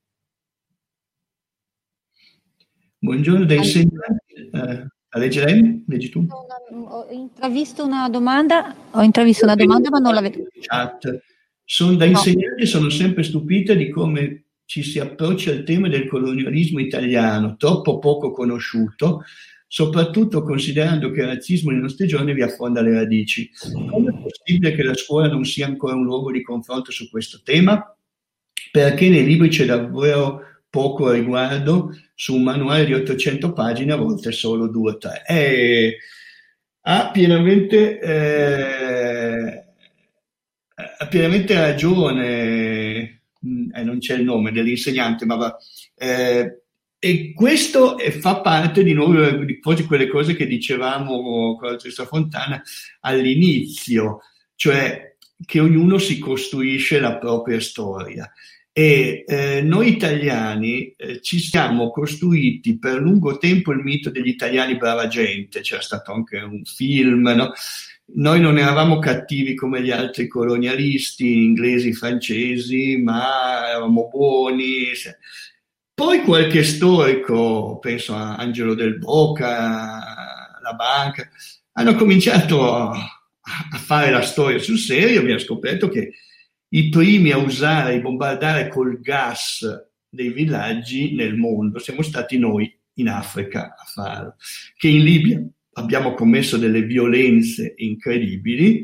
Buongiorno dai insegnanti. Eh, la leggerei? Leggi tu? Ho intravisto una domanda, ho intravisto una domanda, ma non la vedo. Chat. Sono da insegnante, no. Sono sempre stupita di come ci si approccia al tema del colonialismo italiano, troppo poco conosciuto, soprattutto considerando che il razzismo nei nostri giorni vi affonda le radici. Come è possibile che la scuola non sia ancora un luogo di confronto su questo tema? Perché nei libri c'è davvero poco a riguardo, su un manuale di ottocento pagine a volte solo due o tre. E ha pienamente, eh, ha pienamente ragione, eh, non c'è il nome dell'insegnante, ma va, eh, e questo fa parte di nuovo di quelle cose che dicevamo con la professoressa Fontana all'inizio, cioè che ognuno si costruisce la propria storia. E eh, noi italiani eh, ci siamo costruiti per lungo tempo il mito degli italiani brava gente, c'era stato anche un film, no? Noi non eravamo cattivi come gli altri colonialisti, inglesi, francesi, ma eravamo buoni. Poi qualche storico, penso a Angelo Del Boca, la Banca, hanno cominciato a, a fare la storia sul serio, abbiamo scoperto che i primi a usare e bombardare col gas dei villaggi nel mondo siamo stati noi in Africa a farlo, che in Libia abbiamo commesso delle violenze incredibili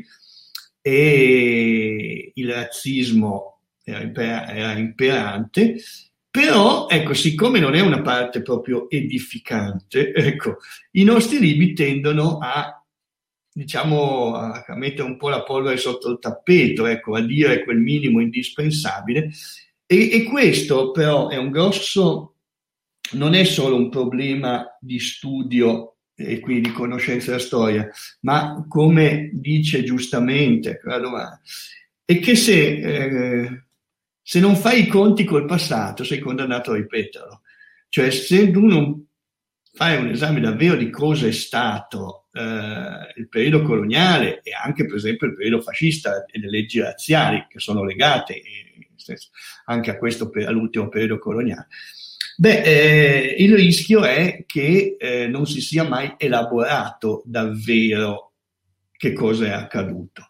e il razzismo era, imper- era imperante, però ecco, siccome non è una parte proprio edificante, ecco, i nostri libri tendono a diciamo, a, a mettere un po' la polvere sotto il tappeto, ecco, a dire quel minimo indispensabile. E, e questo però è un grosso, non è solo un problema di studio e quindi di conoscenza della storia, ma come dice giustamente la domanda, è che se, eh, se non fai i conti col passato sei condannato a ripeterlo. Cioè se tu non fai un esame davvero di cosa è stato eh, il periodo coloniale e anche per esempio il periodo fascista e le leggi razziali che sono legate eh, anche a questo, all'ultimo periodo coloniale, beh, eh, il rischio è che eh, non si sia mai elaborato davvero che cosa è accaduto.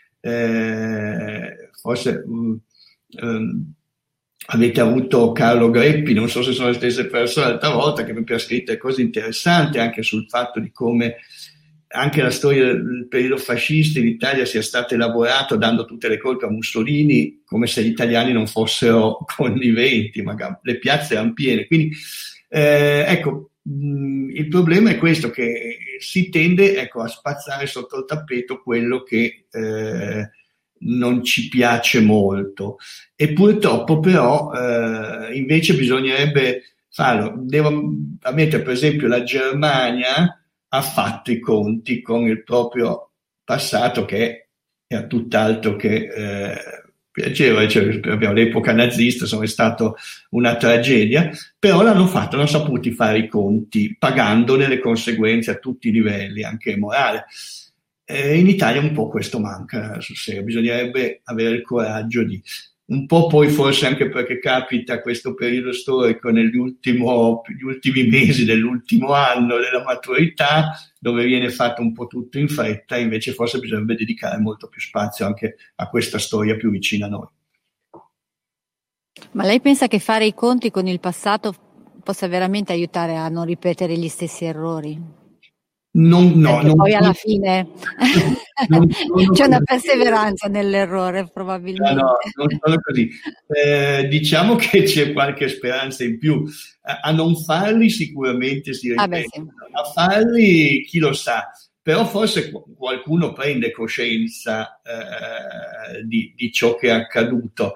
Eh, forse um, um, avete avuto Carlo Greppi, non so se sono le stesse persone l'altra volta, che mi ha scritto cose interessanti anche sul fatto di come anche la storia del periodo fascista in Italia sia stata elaborata dando tutte le colpe a Mussolini, come se gli italiani non fossero conniventi, magari le piazze erano piene. Quindi eh, ecco, mh, il problema è questo, che si tende, ecco, a spazzare sotto il tappeto quello che eh, non ci piace molto, e purtroppo però eh, invece bisognerebbe farlo. Devo ammettere, per esempio, la Germania ha fatto i conti con il proprio passato, che è tutt'altro che eh, piacevole. Cioè, abbiamo l'epoca nazista, insomma, è stata una tragedia, però l'hanno fatto, hanno saputo fare i conti, pagandone le conseguenze a tutti i livelli, anche morale. Eh, in Italia un po' questo manca, sul serio, bisognerebbe avere il coraggio di, un po' poi forse anche perché capita questo periodo storico negli ultimo, gli ultimi mesi dell'ultimo anno della maturità, dove viene fatto un po' tutto in fretta, invece forse bisognerebbe dedicare molto più spazio anche a questa storia più vicina a noi. Ma lei pensa che fare i conti con il passato possa veramente aiutare a non ripetere gli stessi errori? Non, no, non, poi alla fine non, non c'è una perseveranza nell'errore, probabilmente. No, no, non sono così. Eh, diciamo che c'è qualche speranza in più. A, a non farli sicuramente si ripete. Ah beh, sì. A farli chi lo sa. Però forse qualcuno prende coscienza eh, di, di ciò che è accaduto.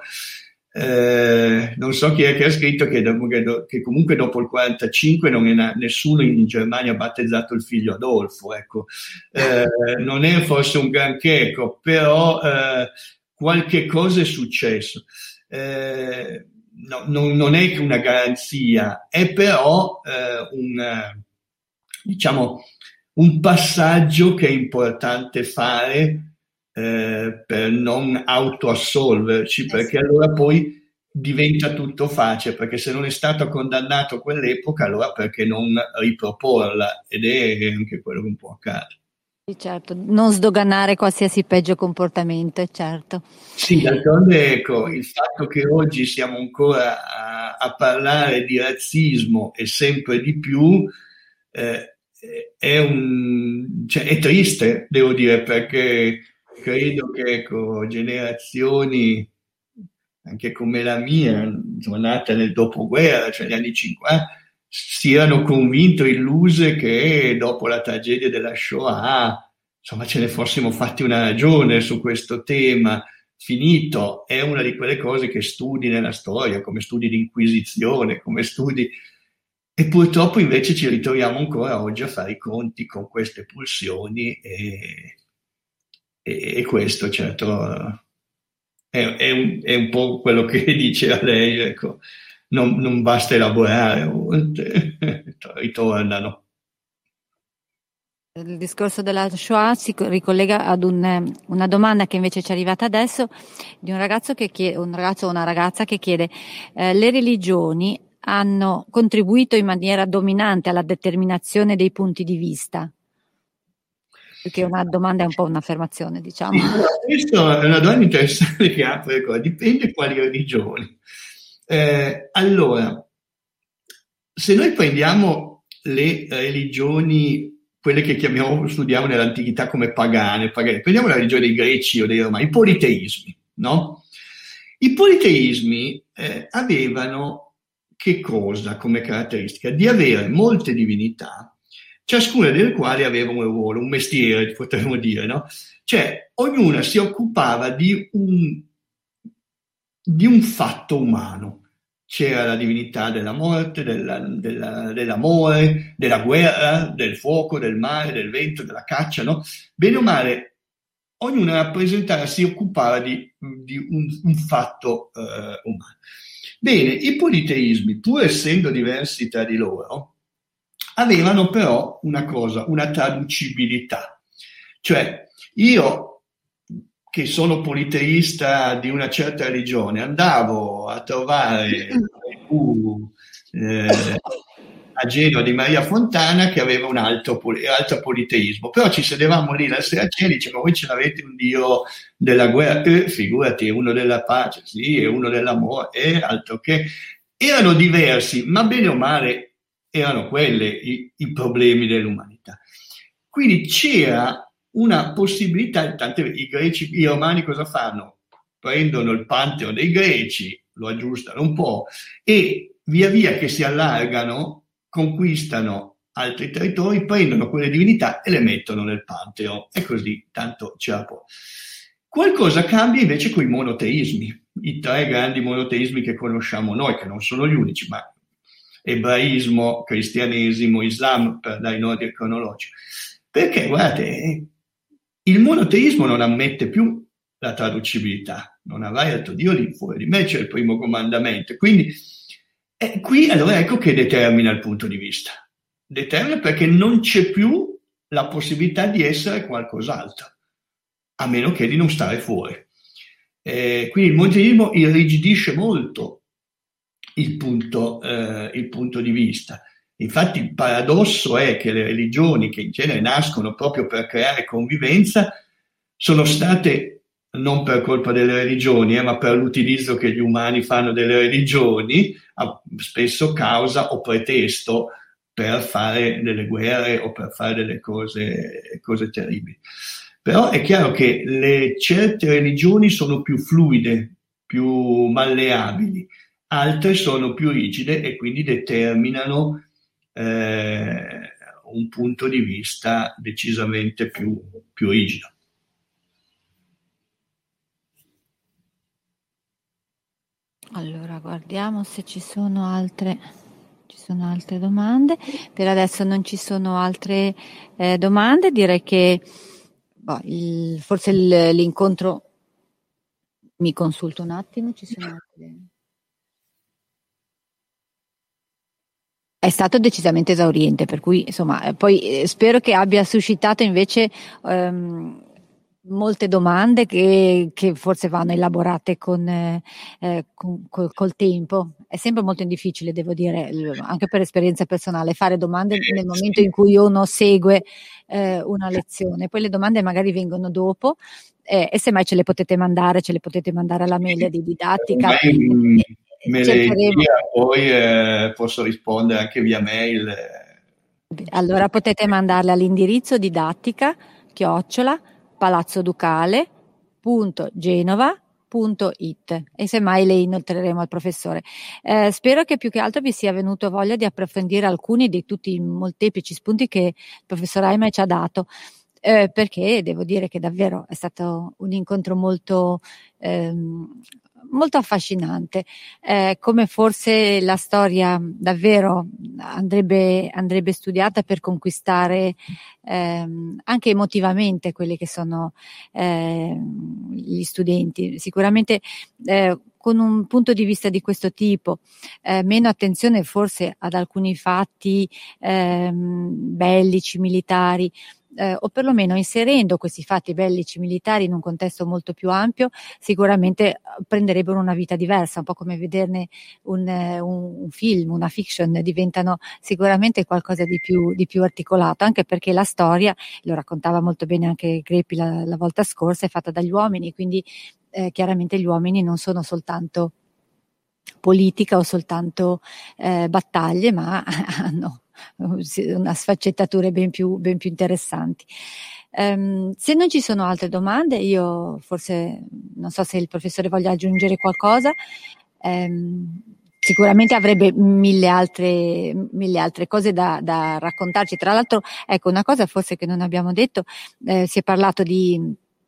Eh, non so chi è che ha scritto che, che, che comunque dopo il quarantacinque non è na- nessuno in Germania ha battezzato il figlio Adolfo, ecco. Eh, non è forse un granché, ecco, però eh, qualche cosa è successo. Eh, no, non, non è che una garanzia, è però eh, un, diciamo, un passaggio che è importante fare Eh, per non autoassolverci, perché allora poi diventa tutto facile, perché se non è stato condannato a quell'epoca, allora perché non riproporla? Ed è anche quello che un po' accade. Sì, certo, non sdoganare qualsiasi peggio comportamento, certo. Sì, d'altronde ecco, il fatto che oggi siamo ancora a, a parlare di razzismo e sempre di più eh, è, un, cioè, è triste, devo dire, perché credo che ecco, generazioni anche come la mia, insomma, nata nel dopoguerra, cioè negli anni cinquanta, siano convinte, illuse che dopo la tragedia della Shoah, insomma, ce ne fossimo fatti una ragione su questo tema. Finito, è una di quelle cose che studi nella storia, come studi di inquisizione, come studi, e purtroppo invece ci ritroviamo ancora oggi a fare i conti con queste pulsioni e E questo, certo, è, è, un, è un po' quello che dice a lei, ecco, non, non basta elaborare, ritornano. Il discorso della Shoah si ricollega ad un, una domanda che invece ci è arrivata adesso di un ragazzo che chiede, un ragazzo o una ragazza che chiede eh, le religioni hanno contribuito in maniera dominante alla determinazione dei punti di vista? Perché una domanda è un po' un'affermazione, diciamo. Sì, questa è una domanda interessante che apre, dipende quali religioni. Eh, allora, se noi prendiamo le religioni, quelle che chiamiamo, studiamo nell'antichità come pagane, pagane, prendiamo la religione dei greci o dei romani, i politeismi, no? I politeismi eh, avevano che cosa come caratteristica? Di avere molte divinità, ciascuna delle quali aveva un ruolo, un mestiere, potremmo dire, no? Cioè, ognuna si occupava di un, di un fatto umano. C'era la divinità della morte, della, della, dell'amore, della guerra, del fuoco, del mare, del vento, della caccia, no? Bene o male, ognuna rappresentava, si occupava di, di un, un fatto eh, umano. Bene, i politeismi, pur essendo diversi tra di loro, avevano però una cosa, una traducibilità. Cioè, io che sono politeista di una certa religione, andavo a trovare uh, eh, a Genova di Maria Fontana che aveva un altro, altro politeismo, però ci sedevamo lì la sera a cena e dicevano: voi ce l'avete un dio della guerra? Eh, figurati, è uno della pace, sì, è uno dell'amore, è altro che... Erano diversi, ma bene o male erano quelli i, i problemi dell'umanità. Quindi c'era una possibilità, tanto i greci, i romani cosa fanno? Prendono il Pantheon dei greci, lo aggiustano un po' e via via che si allargano, conquistano altri territori, prendono quelle divinità e le mettono nel Pantheon e così tanto ce la può. Qualcosa cambia invece con i monoteismi, i tre grandi monoteismi che conosciamo noi, che non sono gli unici, ma ebraismo, cristianesimo, islam, per dare in ordine cronologico. Perché, guardate, il monoteismo non ammette più la traducibilità, non avrai altro Dio lì fuori di me, c'è il primo comandamento. Quindi, eh, qui allora ecco che determina il punto di vista. Determina perché non c'è più la possibilità di essere qualcos'altro, a meno che di non stare fuori. Eh, quindi il monoteismo irrigidisce molto il punto, eh, il punto di vista. Infatti il paradosso è che le religioni, che in genere nascono proprio per creare convivenza, sono state, non per colpa delle religioni, eh, ma per l'utilizzo che gli umani fanno delle religioni, spesso causa o pretesto per fare delle guerre o per fare delle cose, cose terribili. Però è chiaro che le certe religioni sono più fluide, più malleabili, altre sono più rigide e quindi determinano eh, un punto di vista decisamente più, più rigido. Allora, guardiamo se ci sono altre, ci sono altre domande. Per adesso non ci sono altre eh, domande, direi che boh, il, forse il, l'incontro, mi consulto un attimo, ci sono altre... È stato decisamente esauriente, per cui insomma, poi eh, spero che abbia suscitato invece ehm, molte domande che, che forse vanno elaborate con, eh, con, col, col tempo. È sempre molto difficile, devo dire, anche per esperienza personale, fare domande nel momento in cui uno segue eh, una lezione. Poi le domande magari vengono dopo eh, e semmai ce le potete mandare, ce le potete mandare alla mail di didattica. Ormai, me le dia, poi eh, posso rispondere anche via mail. Allora potete mandarle all'indirizzo didattica chiocciola palazzoducale punto genova punto it e semmai le inoltreremo al professore. Eh, spero che più che altro vi sia venuto voglia di approfondire alcuni di tutti i molteplici spunti che il professor Aima ci ha dato. Eh, perché devo dire che davvero è stato un incontro molto ehm, molto affascinante, eh, come forse la storia davvero andrebbe, andrebbe studiata per conquistare ehm, anche emotivamente quelli che sono eh, gli studenti. Sicuramente eh, con un punto di vista di questo tipo, eh, meno attenzione forse ad alcuni fatti ehm, bellici, militari, Eh, o perlomeno inserendo questi fatti bellici militari in un contesto molto più ampio, sicuramente prenderebbero una vita diversa, un po' come vederne un, un, un film, una fiction, diventano sicuramente qualcosa di più, di più articolato, anche perché la storia, lo raccontava molto bene anche Greppi la, la volta scorsa, è fatta dagli uomini, quindi eh, chiaramente gli uomini non sono soltanto politica o soltanto eh, battaglie, ma hanno una sfaccettature ben più, ben più interessanti. Um, se non ci sono altre domande, io forse non so se il professore voglia aggiungere qualcosa. Um, sicuramente avrebbe mille altre, mille altre cose da, da raccontarci. Tra l'altro, ecco, una cosa forse che non abbiamo detto, eh, si è parlato di,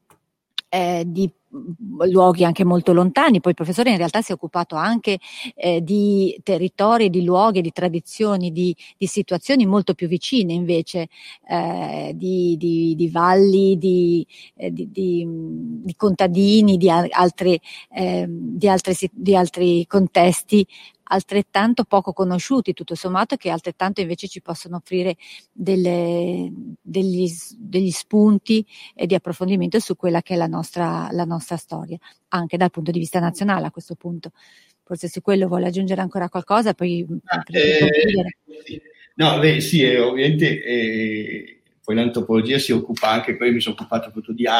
eh, di luoghi anche molto lontani, poi il professore in realtà si è occupato anche eh, di territori, di luoghi, di tradizioni, di, di situazioni molto più vicine invece, eh, di, di, di valli, di, eh, di, di, di contadini, di, altre, eh, di, altre, di altri contesti altrettanto poco conosciuti tutto sommato, che altrettanto invece ci possono offrire delle, degli, degli spunti e di approfondimento su quella che è la nostra, la nostra storia, anche dal punto di vista nazionale a questo punto. Forse su quello vuole aggiungere ancora qualcosa, poi ah, eh, sì. No, beh, sì, eh, ovviamente eh, poi l'antropologia si occupa anche, poi mi sono occupato appunto di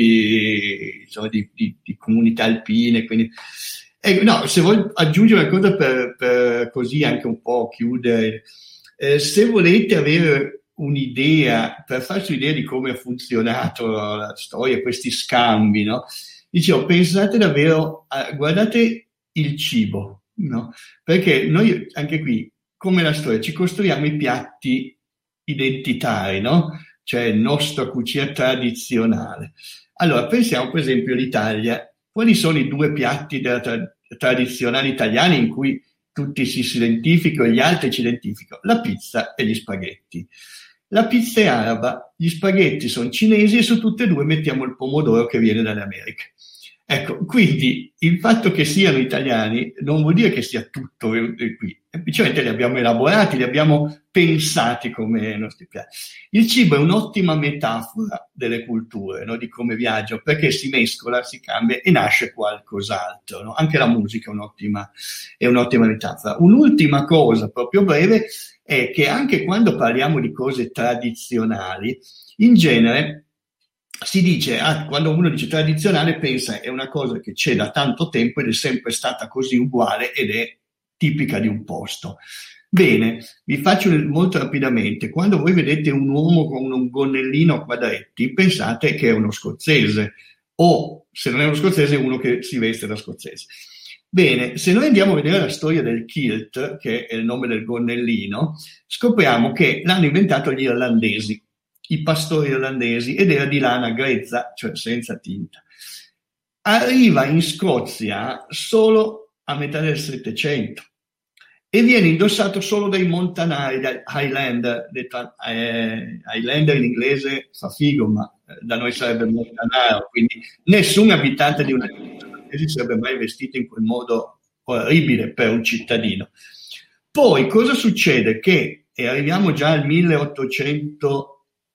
Alpi, insomma, di, di, di comunità alpine, quindi Eh, no, se voglio aggiungere una cosa per, per così anche un po' chiudere, eh, se volete avere un'idea, per farci un'idea di come ha funzionato la storia, questi scambi, no? Dicevo, pensate davvero, a, guardate il cibo, no? Perché noi anche qui, come la storia, ci costruiamo i piatti identitari, no? Cioè nostra cucina tradizionale. Allora, pensiamo per esempio all'Italia. Quali sono i due piatti della tra- tradizionali italiani in cui tutti si, si identificano e gli altri ci identificano? La pizza e gli spaghetti. La pizza è araba, gli spaghetti sono cinesi e su tutte e due mettiamo il pomodoro che viene dalle Americhe. Ecco, quindi il fatto che siano italiani non vuol dire che sia tutto qui, semplicemente li abbiamo elaborati, li abbiamo pensati come nostri piatti. Il cibo è un'ottima metafora delle culture, no? Di come viaggiano, perché si mescola, si cambia e nasce qualcos'altro, no? Anche la musica è un'ottima, è un'ottima metafora. Un'ultima cosa, proprio breve, è che anche quando parliamo di cose tradizionali, in genere si dice, ah, quando uno dice tradizionale pensa è una cosa che c'è da tanto tempo ed è sempre stata così uguale ed è tipica di un posto. Bene, vi faccio molto rapidamente. Quando voi vedete un uomo con un gonnellino a quadretti, pensate che è uno scozzese, o se non è uno scozzese, uno che si veste da scozzese. Bene, se noi andiamo a vedere la storia del kilt, che è il nome del gonnellino, scopriamo che l'hanno inventato gli irlandesi, i pastori irlandesi, ed era di lana grezza, cioè senza tinta. Arriva in Scozia solo a metà del Settecento e viene indossato solo dai montanari, dai Highlander. Detto, eh, Highlander in inglese fa figo, ma da noi sarebbe montanaro, quindi nessun abitante di una si sarebbe mai vestito in quel modo orribile per un cittadino. Poi cosa succede? Che, e arriviamo già al milleottocentododici,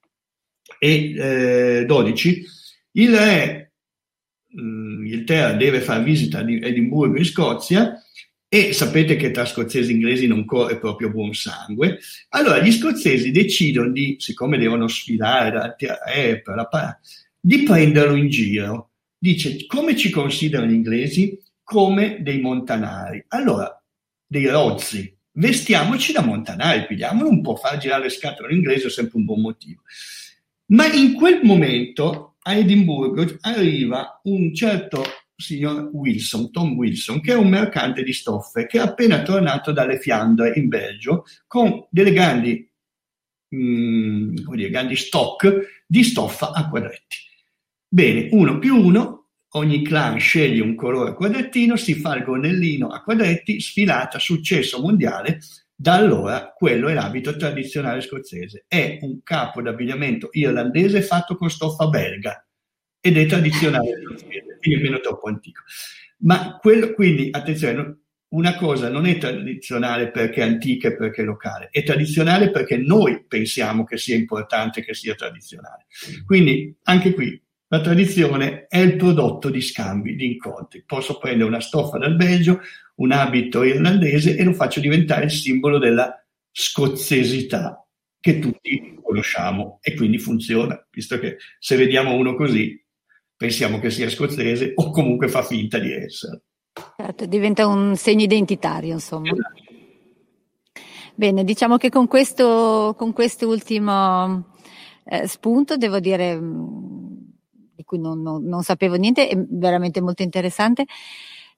il re Inghilterra deve fare visita ad Edimburgo in Scozia, e sapete che tra scozzesi e inglesi non corre proprio buon sangue. Allora gli scozzesi decidono di, siccome devono sfilare davanti al re per la parata, di prenderlo in giro. Dice, come ci considerano gli inglesi? Come dei montanari. Allora, dei rozzi, vestiamoci da montanari, pigliamolo un po', far girare le scatole all'inglese è sempre un buon motivo. Ma in quel momento a Edimburgo arriva un certo signor Wilson, Tom Wilson, che è un mercante di stoffe, che è appena tornato dalle Fiandre in Belgio con delle grandi, mh, come dire, grandi stock di stoffa a quadretti. Bene, uno più uno, ogni clan sceglie un colore a quadrettino, si fa il gonnellino a quadretti, sfilata, successo mondiale. Da allora quello è l'abito tradizionale scozzese, è un capo d'abbigliamento irlandese fatto con stoffa belga ed è tradizionale scozzese, quindi meno troppo antico. Ma quello, quindi attenzione, una cosa non è tradizionale perché è antica e perché è locale, è tradizionale perché noi pensiamo che sia importante che sia tradizionale. Quindi anche qui la tradizione è il prodotto di scambi, di incontri. Posso prendere una stoffa dal Belgio, un abito irlandese e lo faccio diventare il simbolo della scozzesità che tutti conosciamo, e quindi funziona, visto che se vediamo uno così pensiamo che sia scozzese o comunque fa finta di essere. Certo, diventa un segno identitario, insomma. Bene, diciamo che con questo, con quest'ultimo eh, spunto, devo dire, mh, di cui non, non, non sapevo niente, è veramente molto interessante.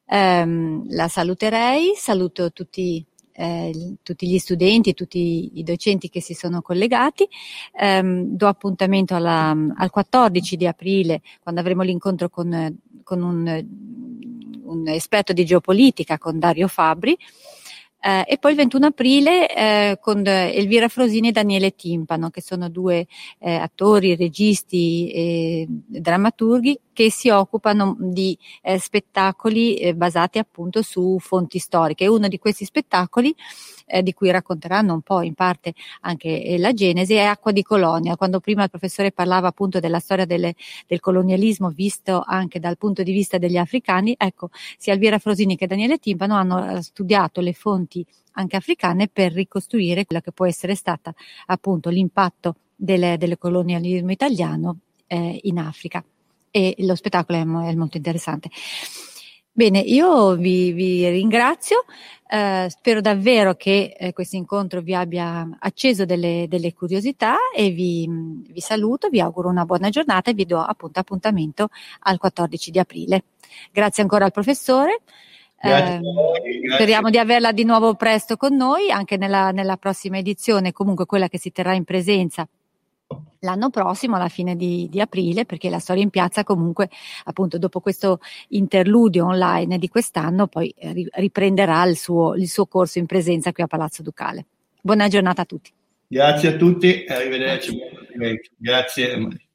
ehm, la saluterei, saluto tutti Eh, tutti gli studenti, tutti i docenti che si sono collegati. Eh, do appuntamento alla, al quattordici di aprile, quando avremo l'incontro con, con un, un esperto di geopolitica, con Dario Fabbri, eh, e poi il ventuno aprile eh, con Elvira Frosini e Daniele Timpano, che sono due eh, attori, registi e drammaturghi che si occupano di eh, spettacoli eh, basati appunto su fonti storiche. Uno di questi spettacoli, eh, di cui racconteranno un po' in parte anche eh, la genesi, è Acqua di Colonia. Quando prima il professore parlava appunto della storia delle, del colonialismo visto anche dal punto di vista degli africani, ecco, sia Elvira Frosini che Daniele Timpano hanno studiato le fonti anche africane per ricostruire quella che può essere stata appunto l'impatto del, del colonialismo italiano eh, in Africa. E lo spettacolo è, è molto interessante. Bene, io vi, vi ringrazio, eh, spero davvero che eh, questo incontro vi abbia acceso delle, delle curiosità e vi, vi saluto, vi auguro una buona giornata e vi do appunto appuntamento al quattordici di aprile. Grazie ancora al professore. Eh, speriamo di averla di nuovo presto con noi, anche nella, nella prossima edizione, comunque quella che si terrà in presenza l'anno prossimo, alla fine di, di aprile, perché la Storia in Piazza comunque, appunto, dopo questo interludio online di quest'anno, poi riprenderà il suo, il suo corso in presenza qui a Palazzo Ducale. Buona giornata a tutti. Grazie a tutti e arrivederci. Grazie. Grazie.